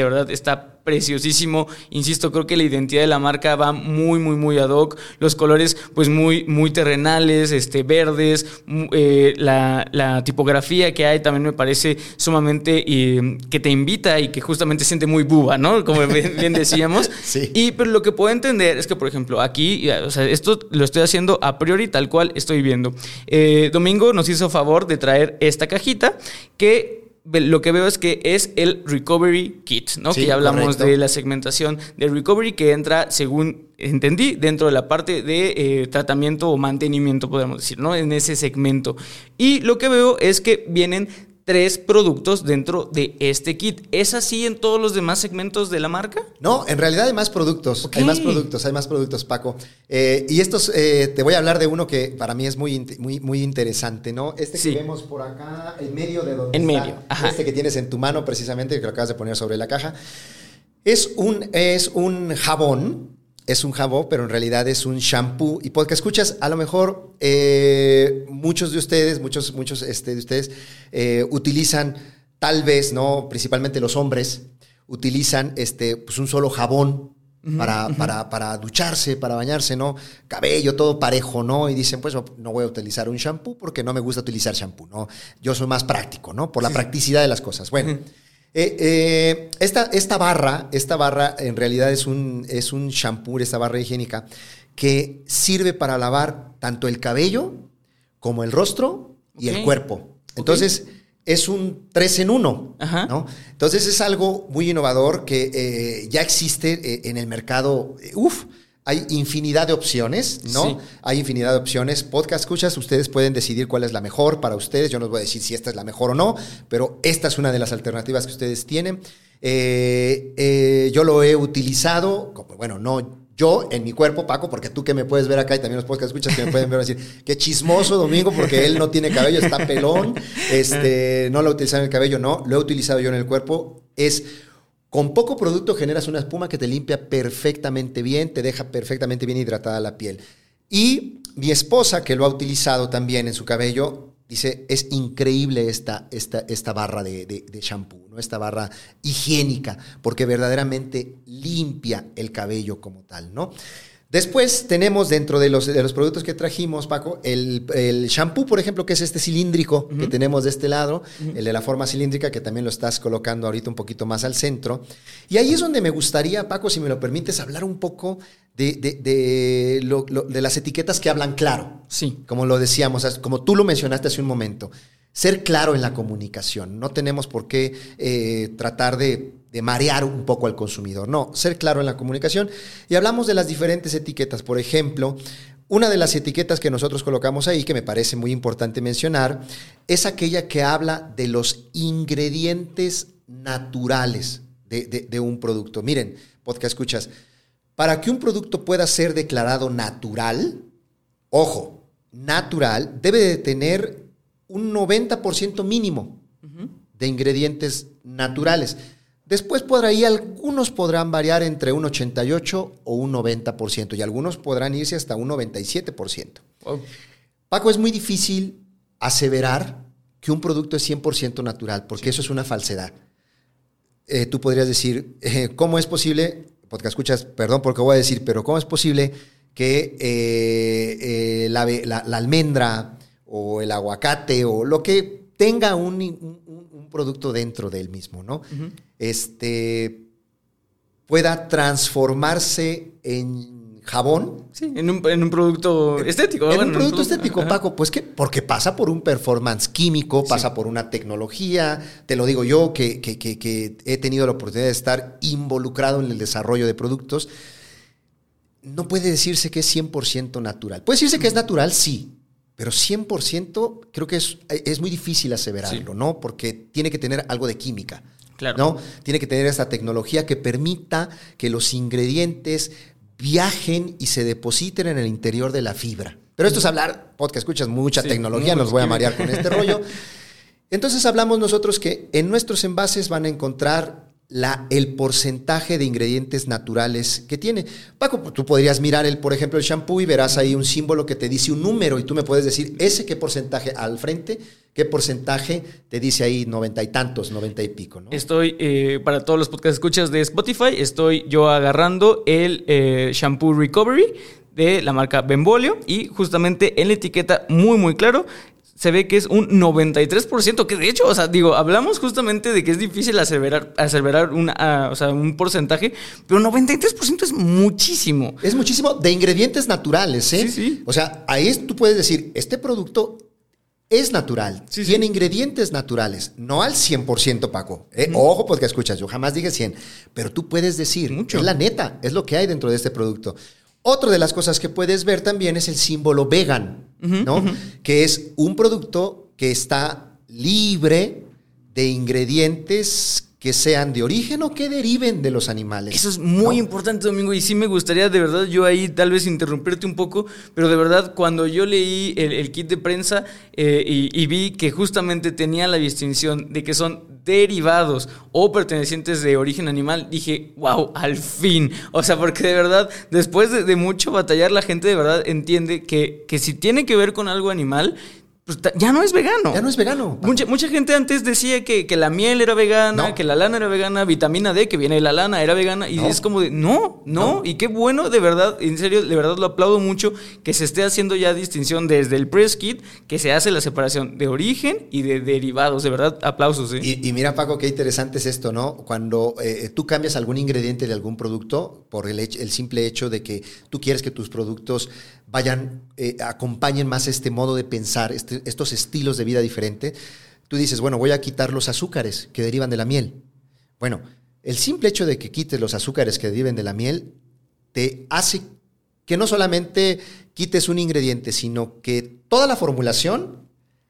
de verdad está preciosísimo. Insisto, creo que la identidad de la marca va muy, muy, muy ad hoc. Los colores, pues, muy, muy terrenales, este, verdes. Eh, la, la tipografía que hay también me parece sumamente eh, que te invita y que justamente siente muy buba, ¿no? Como bien, bien decíamos. Sí. Y pero lo que puedo entender es que, por ejemplo, aquí, o sea, esto lo estoy haciendo a priori tal cual estoy viendo. Eh, Domingo nos hizo favor de traer esta cajita que lo que veo es que es el Recovery Kit, ¿no? Sí, que ya hablamos correcto. de la segmentación de Recovery, que entra, según entendí, dentro de la parte de eh, tratamiento o mantenimiento, podemos decir, ¿no? En ese segmento. Y lo que veo es que vienen tres productos dentro de este kit. ¿Es así en todos los demás segmentos de la marca? No, en realidad hay más productos. Okay. Hay más productos, hay más productos, Paco. Eh, y estos, eh, te voy a hablar de uno que para mí es muy, muy, muy interesante, ¿no? Este Sí. que vemos por acá, en medio de donde En está, medio, ajá. este que tienes en tu mano precisamente, que lo acabas de poner sobre la caja, es un, es un jabón. Es un jabón, pero en realidad es un shampoo. Y porque escuchas, a lo mejor eh, muchos de ustedes, muchos, muchos este, de ustedes eh, utilizan, tal vez, ¿no? Principalmente los hombres, utilizan este, pues un solo jabón uh-huh, para, uh-huh. para, para ducharse, para bañarse, ¿no? Cabello, todo parejo, ¿no? Y dicen, pues no voy a utilizar un shampoo porque no me gusta utilizar shampoo, ¿no? Yo soy más práctico, ¿no? Por la sí. practicidad de las cosas. Bueno. Uh-huh. Eh, eh, esta, esta barra, esta barra en realidad es un, es un shampoo, esta barra higiénica, que sirve para lavar tanto el cabello como el rostro y okay. el cuerpo. Entonces, okay. es un tres en uno, ¿no? Entonces, es algo muy innovador que eh, ya existe eh, en el mercado. Uf, hay infinidad de opciones, ¿no? Sí. Hay infinidad de opciones. Podcast escuchas, ustedes pueden decidir cuál es la mejor para ustedes. Yo no les voy a decir si esta es la mejor o no, pero esta es una de las alternativas que ustedes tienen. Eh, eh, yo lo he utilizado, como, bueno, no yo en mi cuerpo, Paco, porque tú que me puedes ver acá y también los podcast escuchas que me pueden ver y decir, qué chismoso Domingo, porque él no tiene cabello, está pelón, este, no lo he utilizado en el cabello, no, lo he utilizado yo en el cuerpo. Es... Con poco producto generas una espuma que te limpia perfectamente bien, te deja perfectamente bien hidratada la piel. Y mi esposa, que lo ha utilizado también en su cabello, dice, es increíble esta, esta, esta barra de, de, de shampoo, ¿no? Esta barra higiénica, porque verdaderamente limpia el cabello como tal, ¿no? Después tenemos dentro de los, de los productos que trajimos, Paco, el, el shampoo, por ejemplo, que es este cilíndrico uh-huh. que tenemos de este lado, uh-huh. el de la forma cilíndrica, que también lo estás colocando ahorita un poquito más al centro. Y ahí es donde me gustaría, Paco, si me lo permites, hablar un poco de, de, de, lo, lo, de las etiquetas que hablan claro. Sí. Como lo decíamos, como tú lo mencionaste hace un momento. Ser claro en la comunicación. No tenemos por qué eh, tratar de, de marear un poco al consumidor. No, ser claro en la comunicación. Y hablamos de las diferentes etiquetas. Por ejemplo, una de las etiquetas que nosotros colocamos ahí, que me parece muy importante mencionar, es aquella que habla de los ingredientes naturales de, de, de un producto. Miren, podcast escuchas, para que un producto pueda ser declarado natural, ojo, natural, debe de tener un noventa por ciento mínimo uh-huh. de ingredientes naturales. Después por ahí algunos podrán variar entre un ochenta y ocho o un noventa por ciento y algunos podrán irse hasta un noventa y siete por ciento. Wow. Paco, es muy difícil aseverar que un producto es cien por ciento natural, porque sí. eso es una falsedad. Eh, tú podrías decir, eh, ¿cómo es posible? Podcast escuchas, perdón por lo que voy a decir, pero ¿cómo es posible que eh, eh, la, la, la almendra o el aguacate o lo que tenga un, un, un producto dentro del mismo, ¿no? Uh-huh. Este, pueda transformarse en jabón? Sí, en un, en un producto estético. En bueno, un producto en un estético, ajá. Paco. Pues que porque pasa por un performance químico, pasa sí. por una tecnología. Te lo digo yo, que, que, que, que he tenido la oportunidad de estar involucrado en el desarrollo de productos. No puede decirse que es cien por ciento natural. Puede decirse que es natural, sí. Pero cien por ciento creo que es, es muy difícil aseverarlo, sí. ¿no? Porque tiene que tener algo de química, claro. ¿no? Tiene que tener esta tecnología que permita que los ingredientes viajen y se depositen en el interior de la fibra. Pero esto es hablar, podcast, escuchas mucha sí, tecnología, nos voy a marear con este rollo. Entonces hablamos nosotros que en nuestros envases van a encontrar la, el porcentaje de ingredientes naturales que tiene. Paco, tú podrías mirar, el, por ejemplo, el shampoo y verás ahí un símbolo que te dice un número y tú me puedes decir ese qué porcentaje al frente, qué porcentaje te dice ahí noventa y tantos, noventa y pico, ¿no? Estoy, eh, para todos los podcast escuchas de Spotify, estoy yo agarrando el eh, shampoo Recovery de la marca Benvolio y justamente en la etiqueta muy muy claro se ve que es un noventa y tres por ciento, que de hecho, o sea, digo, hablamos justamente de que es difícil aseverar, aseverar una, uh, o sea, un porcentaje, pero noventa y tres por ciento es muchísimo. Es muchísimo de ingredientes naturales, ¿eh? Sí, sí. O sea, ahí tú puedes decir, este producto es natural, sí, tiene sí. ingredientes naturales, no al cien por ciento, Paco. ¿eh? Mm. Ojo, porque escuchas, yo jamás dije cien, pero tú puedes decir, Mucho. Es la neta, es lo que hay dentro de este producto. Otra de las cosas que puedes ver también es el símbolo vegan, uh-huh, ¿no? Uh-huh. Que es un producto que está libre de ingredientes que sean de origen o que deriven de los animales. Eso es muy ¿no? importante, Domingo, y sí me gustaría de verdad yo ahí tal vez interrumpirte un poco, pero de verdad cuando yo leí el, el kit de prensa eh, y, y vi que justamente tenía la distinción de que son derivados o pertenecientes de origen animal, dije, wow, al fin. O sea, porque de verdad, después de, de mucho batallar, la gente de verdad entiende que, que si tiene que ver con algo animal, pues ya no es vegano. Ya no es vegano. Mucha, mucha gente antes decía que, que la miel era vegana, no. que la lana era vegana, vitamina D, que viene de la lana, era vegana. Y no. es como de, no, no, no. Y qué bueno, de verdad, en serio, de verdad lo aplaudo mucho que se esté haciendo ya distinción desde el press kit, que se hace la separación de origen y de derivados. De verdad, aplausos. ¿eh? Y, y mira, Paco, qué interesante es esto, ¿no? Cuando eh, tú cambias algún ingrediente de algún producto por el, hecho, el simple hecho de que tú quieres que tus productos vayan, eh, acompañen más este modo de pensar, este, estos estilos de vida diferente, tú dices, bueno, voy a quitar los azúcares que derivan de la miel. Bueno, el simple hecho de que quites los azúcares que deriven de la miel te hace que no solamente quites un ingrediente, sino que toda la formulación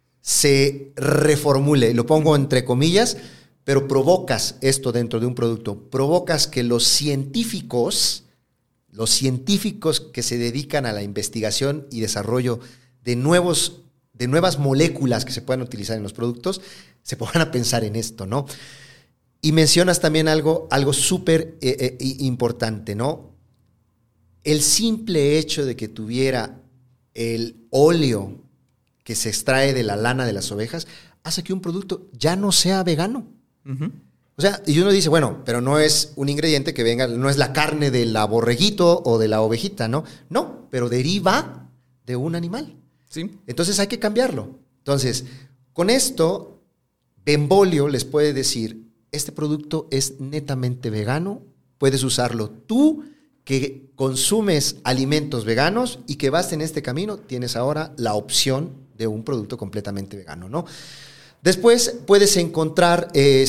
se reformule, lo pongo entre comillas, pero provocas esto dentro de un producto, provocas que los científicos... Los científicos que se dedican a la investigación y desarrollo de, nuevos, de nuevas moléculas que se puedan utilizar en los productos, se pongan a pensar en esto, ¿no? Y mencionas también algo, algo súper eh, eh, importante, ¿no? El simple hecho de que tuviera el óleo que se extrae de la lana de las ovejas hace que un producto ya no sea vegano. Uh-huh. O sea, y uno dice, bueno, pero no es un ingrediente que venga, no es la carne del borreguito o de la ovejita, ¿no? No, pero deriva de un animal. Sí. Entonces hay que cambiarlo. Entonces, con esto, Benvolio les puede decir, este producto es netamente vegano, puedes usarlo tú, que consumes alimentos veganos y que vas en este camino, tienes ahora la opción de un producto completamente vegano, ¿no? Después puedes encontrar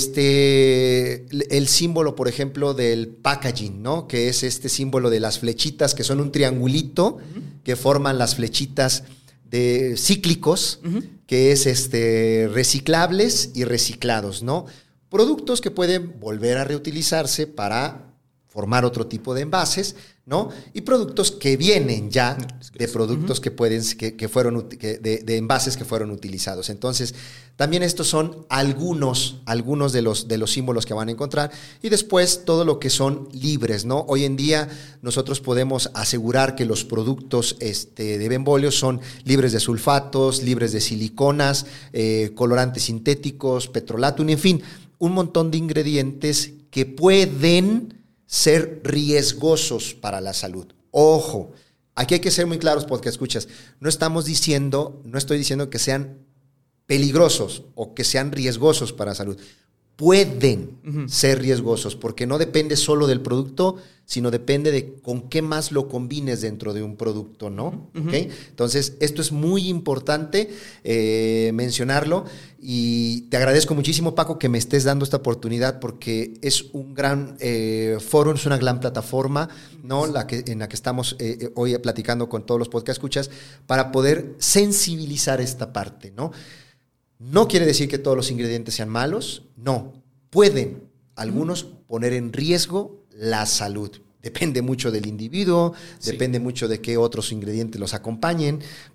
este, el símbolo, por ejemplo, del packaging, ¿no? Que es este símbolo de las flechitas, que son un triangulito uh-huh. que forman las flechitas de cíclicos, uh-huh. que es este, reciclables y reciclados, ¿no? Productos que pueden volver a reutilizarse para formar otro tipo de envases, ¿no? Y productos que vienen ya de productos uh-huh. que pueden, que, que fueron, que de, de envases que fueron utilizados. Entonces, también estos son algunos, algunos de los, de los símbolos que van a encontrar. Y después, todo lo que son libres, ¿no? Hoy en día, nosotros podemos asegurar que los productos este, de Benvolio son libres de sulfatos, libres de siliconas, eh, colorantes sintéticos, petrolatum, en fin, un montón de ingredientes que pueden ser riesgosos para la salud. Ojo, aquí hay que ser muy claros porque escuchas, no estamos diciendo, no estoy diciendo que sean peligrosos o que sean riesgosos para la salud. Pueden uh-huh. ser riesgosos porque no depende solo del producto, sino depende de con qué más lo combines dentro de un producto, ¿no? Uh-huh. ¿Okay? Entonces, esto es muy importante eh, mencionarlo y te agradezco muchísimo, Paco, que me estés dando esta oportunidad porque es un gran eh, foro, es una gran plataforma, ¿no? La que, en la que estamos eh, hoy platicando con todos los podcast escuchas para poder sensibilizar esta parte, ¿no? No quiere decir que todos los ingredientes sean malos, no. Pueden algunos poner en riesgo la salud. Depende mucho del individuo, sí. depende mucho de qué otros ingredientes los acompañen,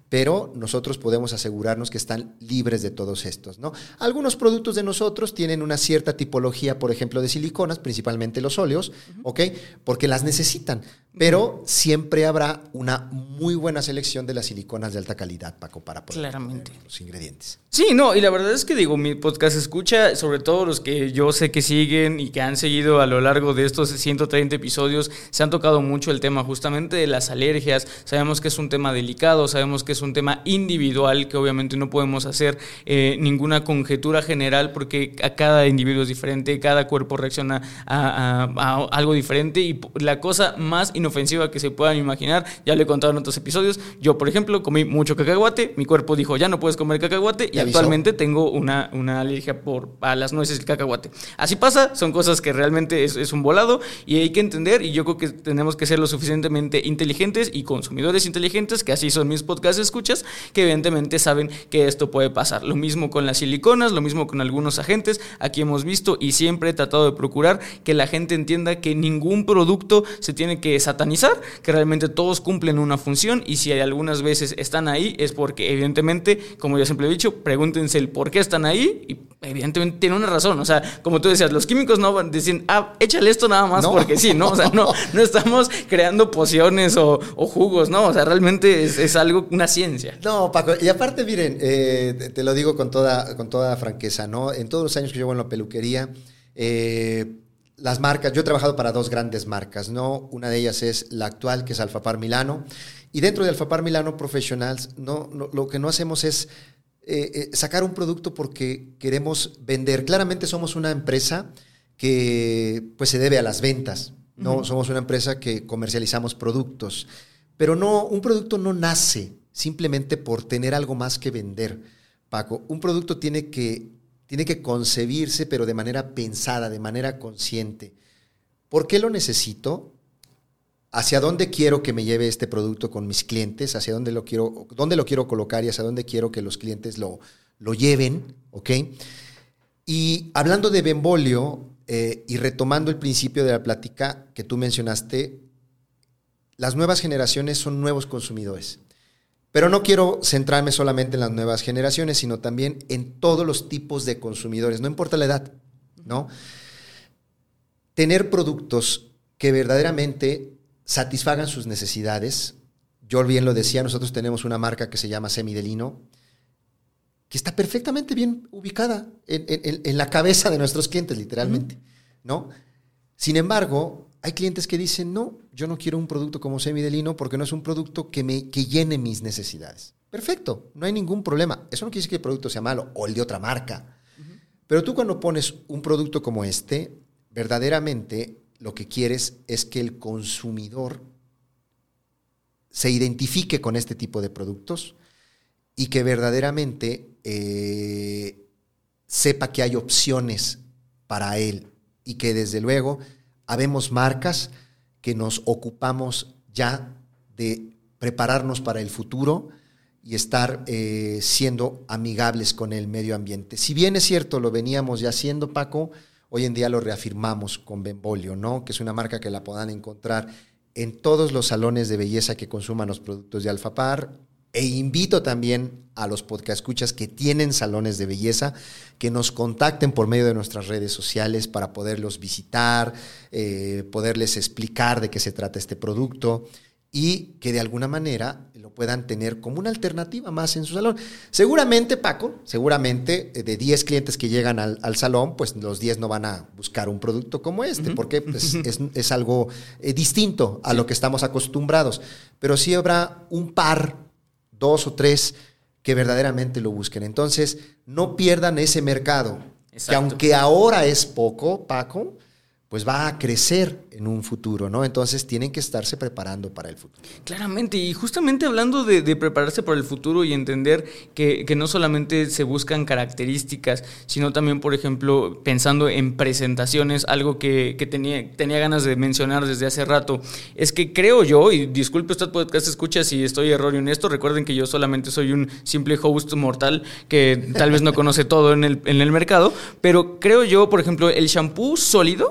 pero nosotros podemos asegurarnos que están libres de todos estos, ¿no? Algunos productos de nosotros tienen una cierta tipología, por ejemplo, de siliconas, principalmente los óleos, uh-huh. ¿ok? Porque las necesitan, pero uh-huh. siempre habrá una muy buena selección de las siliconas de alta calidad, Paco, para poder Claramente. poner los ingredientes. Sí, no, y la verdad es que digo, mi podcast escucha, sobre todo los que yo sé que siguen y que han seguido a lo largo de estos ciento treinta episodios, se han tocado mucho el tema justamente de las alergias. Sabemos que es un tema delicado, sabemos que es un tema individual, que obviamente no podemos hacer eh, ninguna conjetura general porque a cada individuo es diferente, cada cuerpo reacciona a, a, a algo diferente, y la cosa más inofensiva que se puedan imaginar, ya lo he contado en otros episodios, yo por ejemplo comí mucho cacahuate, mi cuerpo dijo ya no puedes comer cacahuate y actualmente tengo una, una alergia por, a las nueces del cacahuate. Así pasa, son cosas que realmente es, es un volado y hay que entender, y yo creo que tenemos que ser lo suficientemente inteligentes y consumidores inteligentes, que así son mis podcasts escuchas, que evidentemente saben que esto puede pasar. Lo mismo con las siliconas, lo mismo con algunos agentes. Aquí hemos visto y siempre he tratado de procurar que la gente entienda que ningún producto se tiene que satanizar, que realmente todos cumplen una función, y si algunas veces están ahí es porque evidentemente, como yo siempre he dicho, pregúntense el por qué están ahí y evidentemente tiene una razón. O sea, como tú decías, los químicos no van a decir, ah, échale esto nada más no. porque sí, ¿no? O sea, no, no estamos creando pociones o, o jugos, ¿no? O sea, realmente es, es algo, una ciencia. No, Paco, y aparte, miren, eh, te lo digo con toda, con toda franqueza, ¿no? En todos los años que llevo en la peluquería, eh, las marcas, yo he trabajado para dos grandes marcas, ¿no? Una de ellas es la actual, que es Alfapar Milano, y dentro de Alfapar Milano Professionals, no, no, lo que no hacemos es eh, eh, sacar un producto porque queremos vender. Claramente somos una empresa que pues se debe a las ventas, ¿no? Uh-huh. Somos una empresa que comercializamos productos, pero no, un producto no nace simplemente por tener algo más que vender, Paco. Un producto tiene que, tiene que concebirse, pero de manera pensada, de manera consciente. ¿Por qué lo necesito? ¿Hacia dónde quiero que me lleve este producto con mis clientes? ¿Hacia dónde lo quiero, dónde lo quiero colocar y hacia dónde quiero que los clientes lo, lo lleven? ¿Ok? Y hablando de Benvolio, eh, y retomando el principio de la plática que tú mencionaste, las nuevas generaciones son nuevos consumidores. Pero no quiero centrarme solamente en las nuevas generaciones, sino también en todos los tipos de consumidores, no importa la edad, ¿no? Tener productos que verdaderamente satisfagan sus necesidades. Yo bien lo decía, nosotros tenemos una marca que se llama Semidelino, que está perfectamente bien ubicada en, en, en la cabeza de nuestros clientes, literalmente, uh-huh. ¿no? Sin embargo, hay clientes que dicen, no, yo no quiero un producto como Semidelino porque no es un producto que, me, que llene mis necesidades. Perfecto, no hay ningún problema. Eso no quiere decir que el producto sea malo o el de otra marca. Uh-huh. Pero tú cuando pones un producto como este, verdaderamente lo que quieres es que el consumidor se identifique con este tipo de productos y que verdaderamente eh, sepa que hay opciones para él y que desde luego habemos marcas que nos ocupamos ya de prepararnos para el futuro y estar eh, siendo amigables con el medio ambiente. Si bien es cierto, lo veníamos ya haciendo, Paco, hoy en día lo reafirmamos con Benvolio, ¿no? Que es una marca que la puedan encontrar en todos los salones de belleza que consuman los productos de Alfapar. E invito también a los podcastescuchas que tienen salones de belleza que nos contacten por medio de nuestras redes sociales para poderlos visitar, eh, poderles explicar de qué se trata este producto y que de alguna manera lo puedan tener como una alternativa más en su salón. Seguramente, Paco, seguramente de diez clientes que llegan al, al salón, pues los diez no van a buscar un producto como este, uh-huh. porque pues, es, es algo eh, distinto a sí. lo que estamos acostumbrados. Pero sí habrá un par, dos o tres que verdaderamente lo busquen. Entonces, no pierdan ese mercado, Exacto. que aunque ahora es poco, Paco, pues va a crecer en un futuro, ¿no? Entonces tienen que estarse preparando para el futuro. Claramente, y justamente hablando de, de prepararse para el futuro y entender que, que no solamente se buscan características, sino también, por ejemplo, pensando en presentaciones, algo que, que tenía, tenía ganas de mencionar desde hace rato, es que creo yo, y disculpe usted podcast escucha si estoy erróneo en esto, recuerden que yo solamente soy un simple host mortal que tal vez no conoce todo en el, en el mercado, pero creo yo, por ejemplo, el shampoo sólido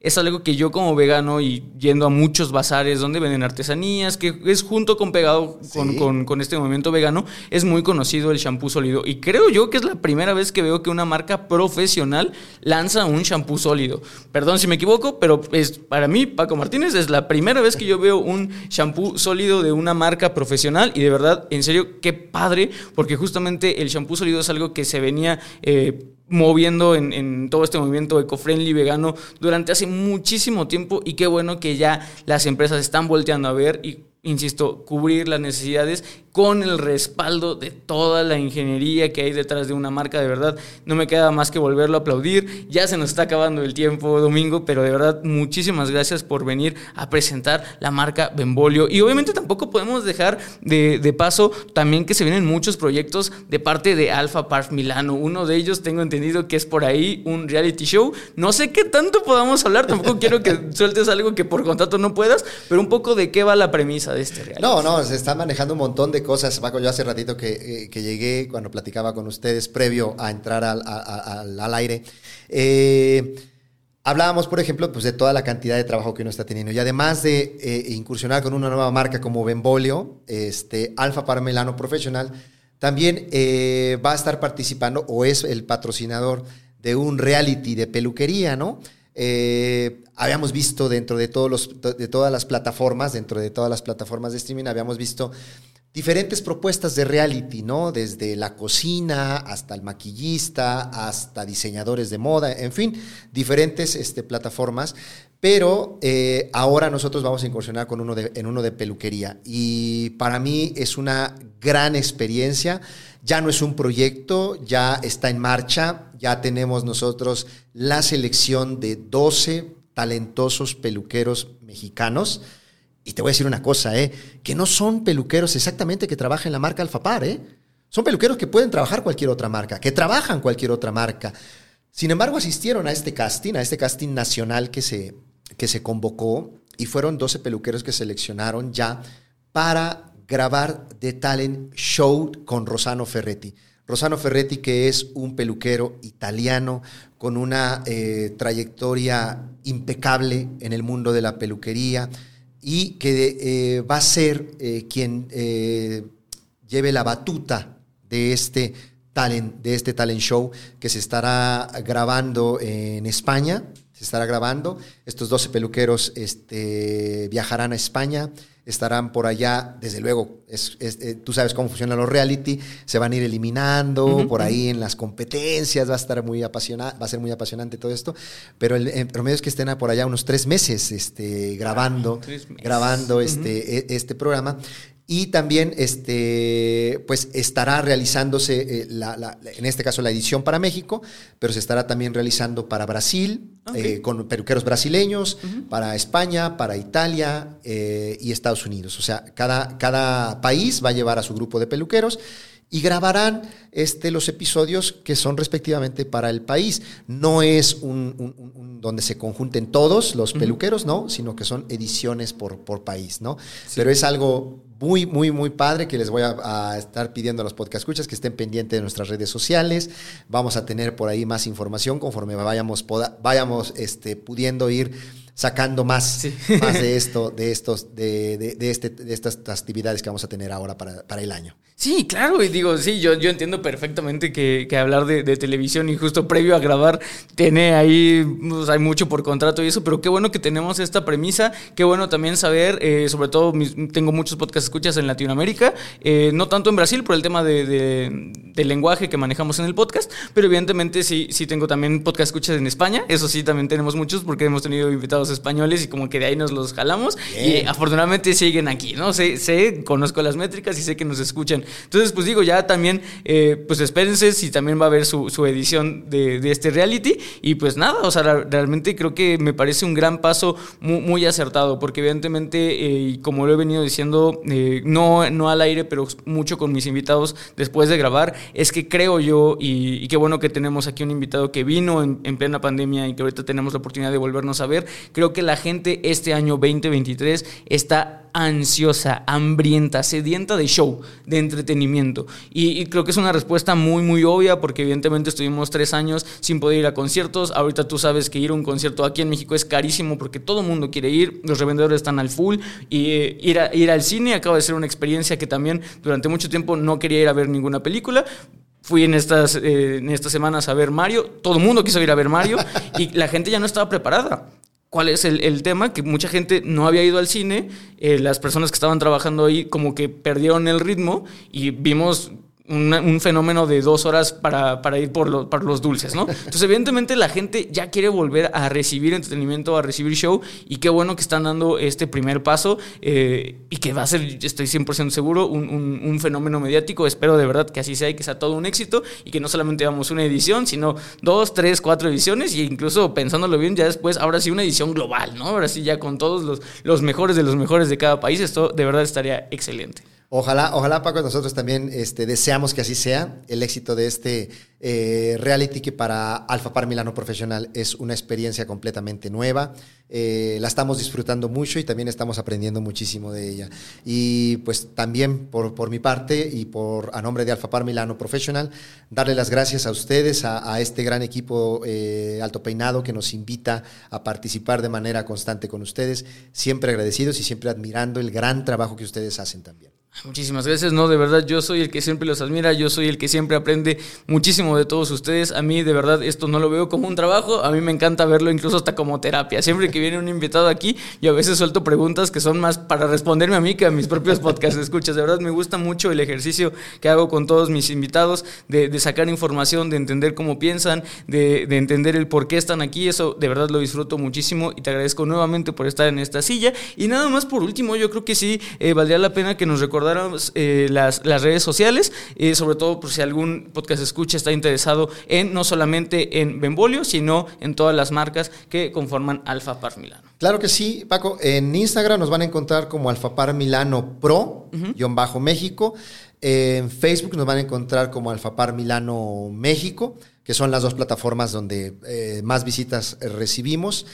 es algo que yo como vegano y yendo a muchos bazares donde venden artesanías, que es junto con pegado con, sí. con, con este movimiento vegano, es muy conocido el shampoo sólido. Y creo yo que es la primera vez que veo que una marca profesional lanza un shampoo sólido. Perdón si me equivoco, pero es, para mí, Paco Martínez, es la primera vez que yo veo un shampoo sólido de una marca profesional y de verdad, en serio, qué padre, porque justamente el shampoo sólido es algo que se venía eh, moviendo en, en todo este movimiento eco-friendly vegano durante hace muchísimo tiempo y qué bueno que ya las empresas están volteando a ver y, insisto, cubrir las necesidades con el respaldo de toda la ingeniería que hay detrás de una marca. De verdad, no me queda más que volverlo a aplaudir. Ya se nos está acabando el tiempo, Domingo, pero de verdad, muchísimas gracias por venir a presentar la marca Benvolio. Y obviamente tampoco podemos dejar de, de paso también que se vienen muchos proyectos de parte de Alpha Parf Milano. Uno de ellos tengo entendido que es por ahí un reality show. No sé qué tanto podamos hablar, tampoco quiero que sueltes algo que por contrato no puedas, pero un poco de qué va la premisa de este reality. No, no, se están manejando un montón de cosas, Paco. Yo hace ratito que, eh, que llegué, cuando platicaba con ustedes, previo a entrar al, a, al, al aire, eh, hablábamos, por ejemplo, pues, de toda la cantidad de trabajo que uno está teniendo. Y además de eh, incursionar con una nueva marca como Benvolio, este, Alpha Parf Milano Professional, también eh, va a estar participando o es el patrocinador de un reality de peluquería, ¿no? Eh, habíamos visto dentro de, todos los, de todas las plataformas, dentro de todas las plataformas de streaming, habíamos visto diferentes propuestas de reality, ¿no? Desde la cocina hasta el maquillista, hasta diseñadores de moda, en fin, diferentes este, plataformas. Pero eh, ahora nosotros vamos a incursionar con uno de, en uno de peluquería. Y para mí es una gran experiencia. Ya no es un proyecto, ya está en marcha. Ya tenemos nosotros la selección de doce talentosos peluqueros mexicanos. Y te voy a decir una cosa, ¿eh? Que no son peluqueros exactamente que trabajan en la marca Alpha Parf, ¿eh? Son peluqueros que pueden trabajar cualquier otra marca, que trabajan cualquier otra marca. Sin embargo, asistieron a este casting, a este casting nacional que se, que se convocó, y fueron doce peluqueros que seleccionaron ya para grabar The Talent Show con Rossano Ferretti. Rossano Ferretti, que es un peluquero italiano con una eh, trayectoria impecable en el mundo de la peluquería, y que eh, va a ser eh, quien eh, lleve la batuta de este, talent, de este talent show que se estará grabando en España. Se estará grabando. Estos doce peluqueros este, viajarán a España, estarán por allá, desde luego, es, es, eh, tú sabes cómo funcionan los reality, se van a ir eliminando uh-huh, por ahí uh-huh. en las competencias, va a estar muy apasionante, va a ser muy apasionante todo esto, pero el, el promedio es que estén a por allá unos tres meses este, grabando, ah, tres meses. grabando este, uh-huh. este programa. Y también este, pues estará realizándose, eh, la, la, en este caso, la edición para México, pero se estará también realizando para Brasil, okay. eh, con peluqueros brasileños, uh-huh. para España, para Italia eh, y Estados Unidos. O sea, cada, cada país va a llevar a su grupo de peluqueros y grabarán este, los episodios que son respectivamente para el país. No es un, un, un donde se conjunten todos los peluqueros, uh-huh. ¿no? Sino que son ediciones por, por país, ¿no? Sí. Pero es algo muy, muy, muy padre que les voy a, a estar pidiendo a los podcast escuchas que estén pendientes de nuestras redes sociales. Vamos a tener por ahí más información conforme vayamos, poda, vayamos este, pudiendo ir sacando más, sí. más de esto, de estos, de, de, de, este, de estas actividades que vamos a tener ahora para, para el año. Sí, claro, y digo, sí, yo, yo entiendo perfectamente que, que hablar de, de televisión y justo previo a grabar tiene ahí, pues, hay mucho por contrato y eso, pero qué bueno que tenemos esta premisa, qué bueno también saber, eh, sobre todo mis, tengo muchos podcast escuchas en Latinoamérica, eh, no tanto en Brasil por el tema de, de, de lenguaje que manejamos en el podcast, pero evidentemente sí, sí tengo también podcast escuchas en España, eso sí, también tenemos muchos porque hemos tenido invitados españoles y como que de ahí nos los jalamos. Bien. Y afortunadamente siguen aquí, ¿no? Sé, sé, conozco las métricas y sé que nos escuchan. Entonces, pues digo, ya también, eh, pues espérense si también va a haber su, su edición de, de este reality y pues nada, o sea, realmente creo que me parece un gran paso muy, muy acertado porque evidentemente, eh, como lo he venido diciendo, eh, no, no al aire, pero mucho con mis invitados después de grabar, es que creo yo, y, y qué bueno que tenemos aquí un invitado que vino en, en plena pandemia y que ahorita tenemos la oportunidad de volvernos a ver, Creo que la gente este año veinte veintitrés está ansiosa, hambrienta, sedienta de show, de entretenimiento. Y, y creo que es una respuesta muy, muy obvia porque evidentemente estuvimos tres años sin poder ir a conciertos. Ahorita tú sabes que ir a un concierto aquí en México es carísimo porque todo el mundo quiere ir, los revendedores están al full y eh, ir, a, ir al cine acaba de ser una experiencia que también durante mucho tiempo no quería ir a ver ninguna película. Fui en estas, eh, en estas semanas a ver Mario, todo el mundo quiso ir a ver Mario y la gente ya no estaba preparada. ¿Cuál es el, el tema? Que mucha gente no había ido al cine, eh, las personas que estaban trabajando ahí como que perdieron el ritmo y vimos un, un fenómeno de dos horas para, para ir por, lo, por los dulces, ¿no? Entonces, evidentemente, la gente ya quiere volver a recibir entretenimiento, a recibir show, y qué bueno que están dando este primer paso eh, y que va a ser, estoy cien por ciento seguro, un, un, un fenómeno mediático. Espero de verdad que así sea y que sea todo un éxito y que no solamente hagamos una edición, sino dos, tres, cuatro ediciones, y incluso pensándolo bien, ya después, ahora sí una edición global, ¿no? Ahora sí ya con todos los, los mejores de los mejores de cada país. Esto de verdad estaría excelente. Ojalá, ojalá, Paco, nosotros también este, deseamos que así sea. El éxito de este eh, reality, que para Alfa Par Milano Profesional es una experiencia completamente nueva. Eh, la estamos disfrutando mucho y también estamos aprendiendo muchísimo de ella. Y pues también por, por mi parte y por a nombre de Alfa Par Milano Profesional, darle las gracias a ustedes, a, a este gran equipo eh, Alto Peinado que nos invita a participar de manera constante con ustedes. Siempre agradecidos y siempre admirando el gran trabajo que ustedes hacen también. Muchísimas gracias. No, de verdad, yo soy el que siempre los admira, yo soy el que siempre aprende muchísimo de todos ustedes. A mí, de verdad, esto no lo veo como un trabajo, a mí me encanta verlo incluso hasta como terapia. Siempre que viene un invitado aquí, yo a veces suelto preguntas que son más para responderme a mí que a mis propios podcast escuchas. De verdad, me gusta mucho el ejercicio que hago con todos mis invitados, de, de sacar información, de entender cómo piensan, de, de entender el por qué están aquí. Eso, de verdad, lo disfruto muchísimo y te agradezco nuevamente por estar en esta silla. Y nada más, por último, yo creo que sí eh, valdría la pena que nos recordáramos Eh, las, las redes sociales, eh, sobre todo por si algún podcast escucha está interesado en no solamente en Benvolio, sino en todas las marcas que conforman Alfa Par Milano. Claro que sí, Paco. En Instagram nos van a encontrar como Alfa Par Milano Pro, uh-huh. guión bajo México. En Facebook nos van a encontrar como Alfa Par Milano México, que son las dos plataformas donde eh, más visitas recibimos.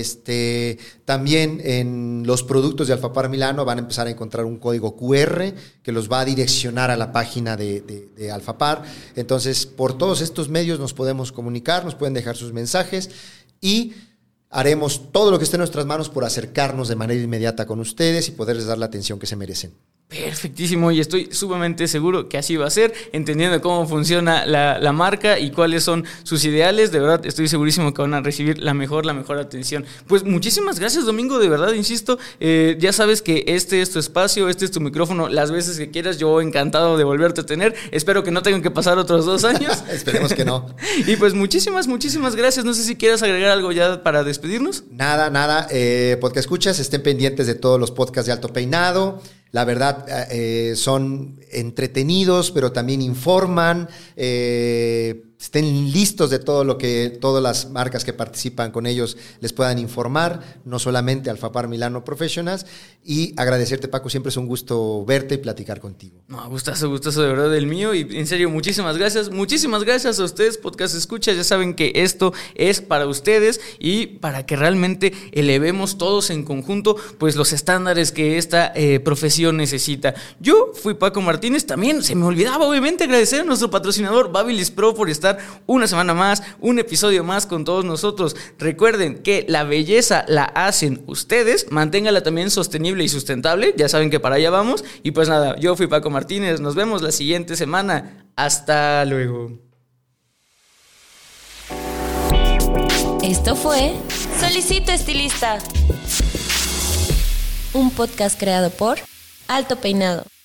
Este, también en los productos de Alfa Par Milano van a empezar a encontrar un código cu erre que los va a direccionar a la página de, de, de Alfa Par. Entonces, por todos estos medios nos podemos comunicar, nos pueden dejar sus mensajes y haremos todo lo que esté en nuestras manos por acercarnos de manera inmediata con ustedes y poderles dar la atención que se merecen. Perfectísimo, y estoy sumamente seguro que así va a ser, entendiendo cómo funciona la, la marca y cuáles son sus ideales. De verdad, estoy segurísimo que van a recibir la mejor, la mejor atención. Pues muchísimas gracias, Domingo, de verdad, insisto, eh, ya sabes que este es tu espacio, este es tu micrófono, las veces que quieras, yo encantado de volverte a tener. Espero que no tengan que pasar otros dos años. Esperemos que no. Y pues muchísimas, muchísimas gracias. No sé si quieras agregar algo ya para despedirnos. Nada, nada, eh, podcast escuchas, estén pendientes de todos los podcasts de Alto Peinado. La verdad, eh, son entretenidos, pero también informan. Eh, estén listos de todo lo que todas las marcas que participan con ellos les puedan informar, no solamente Alfa Par Milano Professionals. Y agradecerte, Paco, siempre es un gusto verte y platicar contigo. No, gustazo, gustazo de verdad el mío. Y en serio, muchísimas gracias. Muchísimas gracias a ustedes, Podcast Escuchas. Ya saben que esto es para ustedes y para que realmente elevemos todos en conjunto pues los estándares que esta eh, profesión necesita. Yo fui Paco Martínez. También se me olvidaba, obviamente, agradecer a nuestro patrocinador Babyliss Pro por estar una semana más, un episodio más con todos nosotros. Recuerden que la belleza la hacen ustedes. Manténgala también sostenible y sustentable. Ya saben que para allá vamos. Y pues nada, yo fui Paco Martínez. Nos vemos la siguiente semana. Hasta luego. Esto fue Solicito Estilista, un podcast creado por Alto Peinado.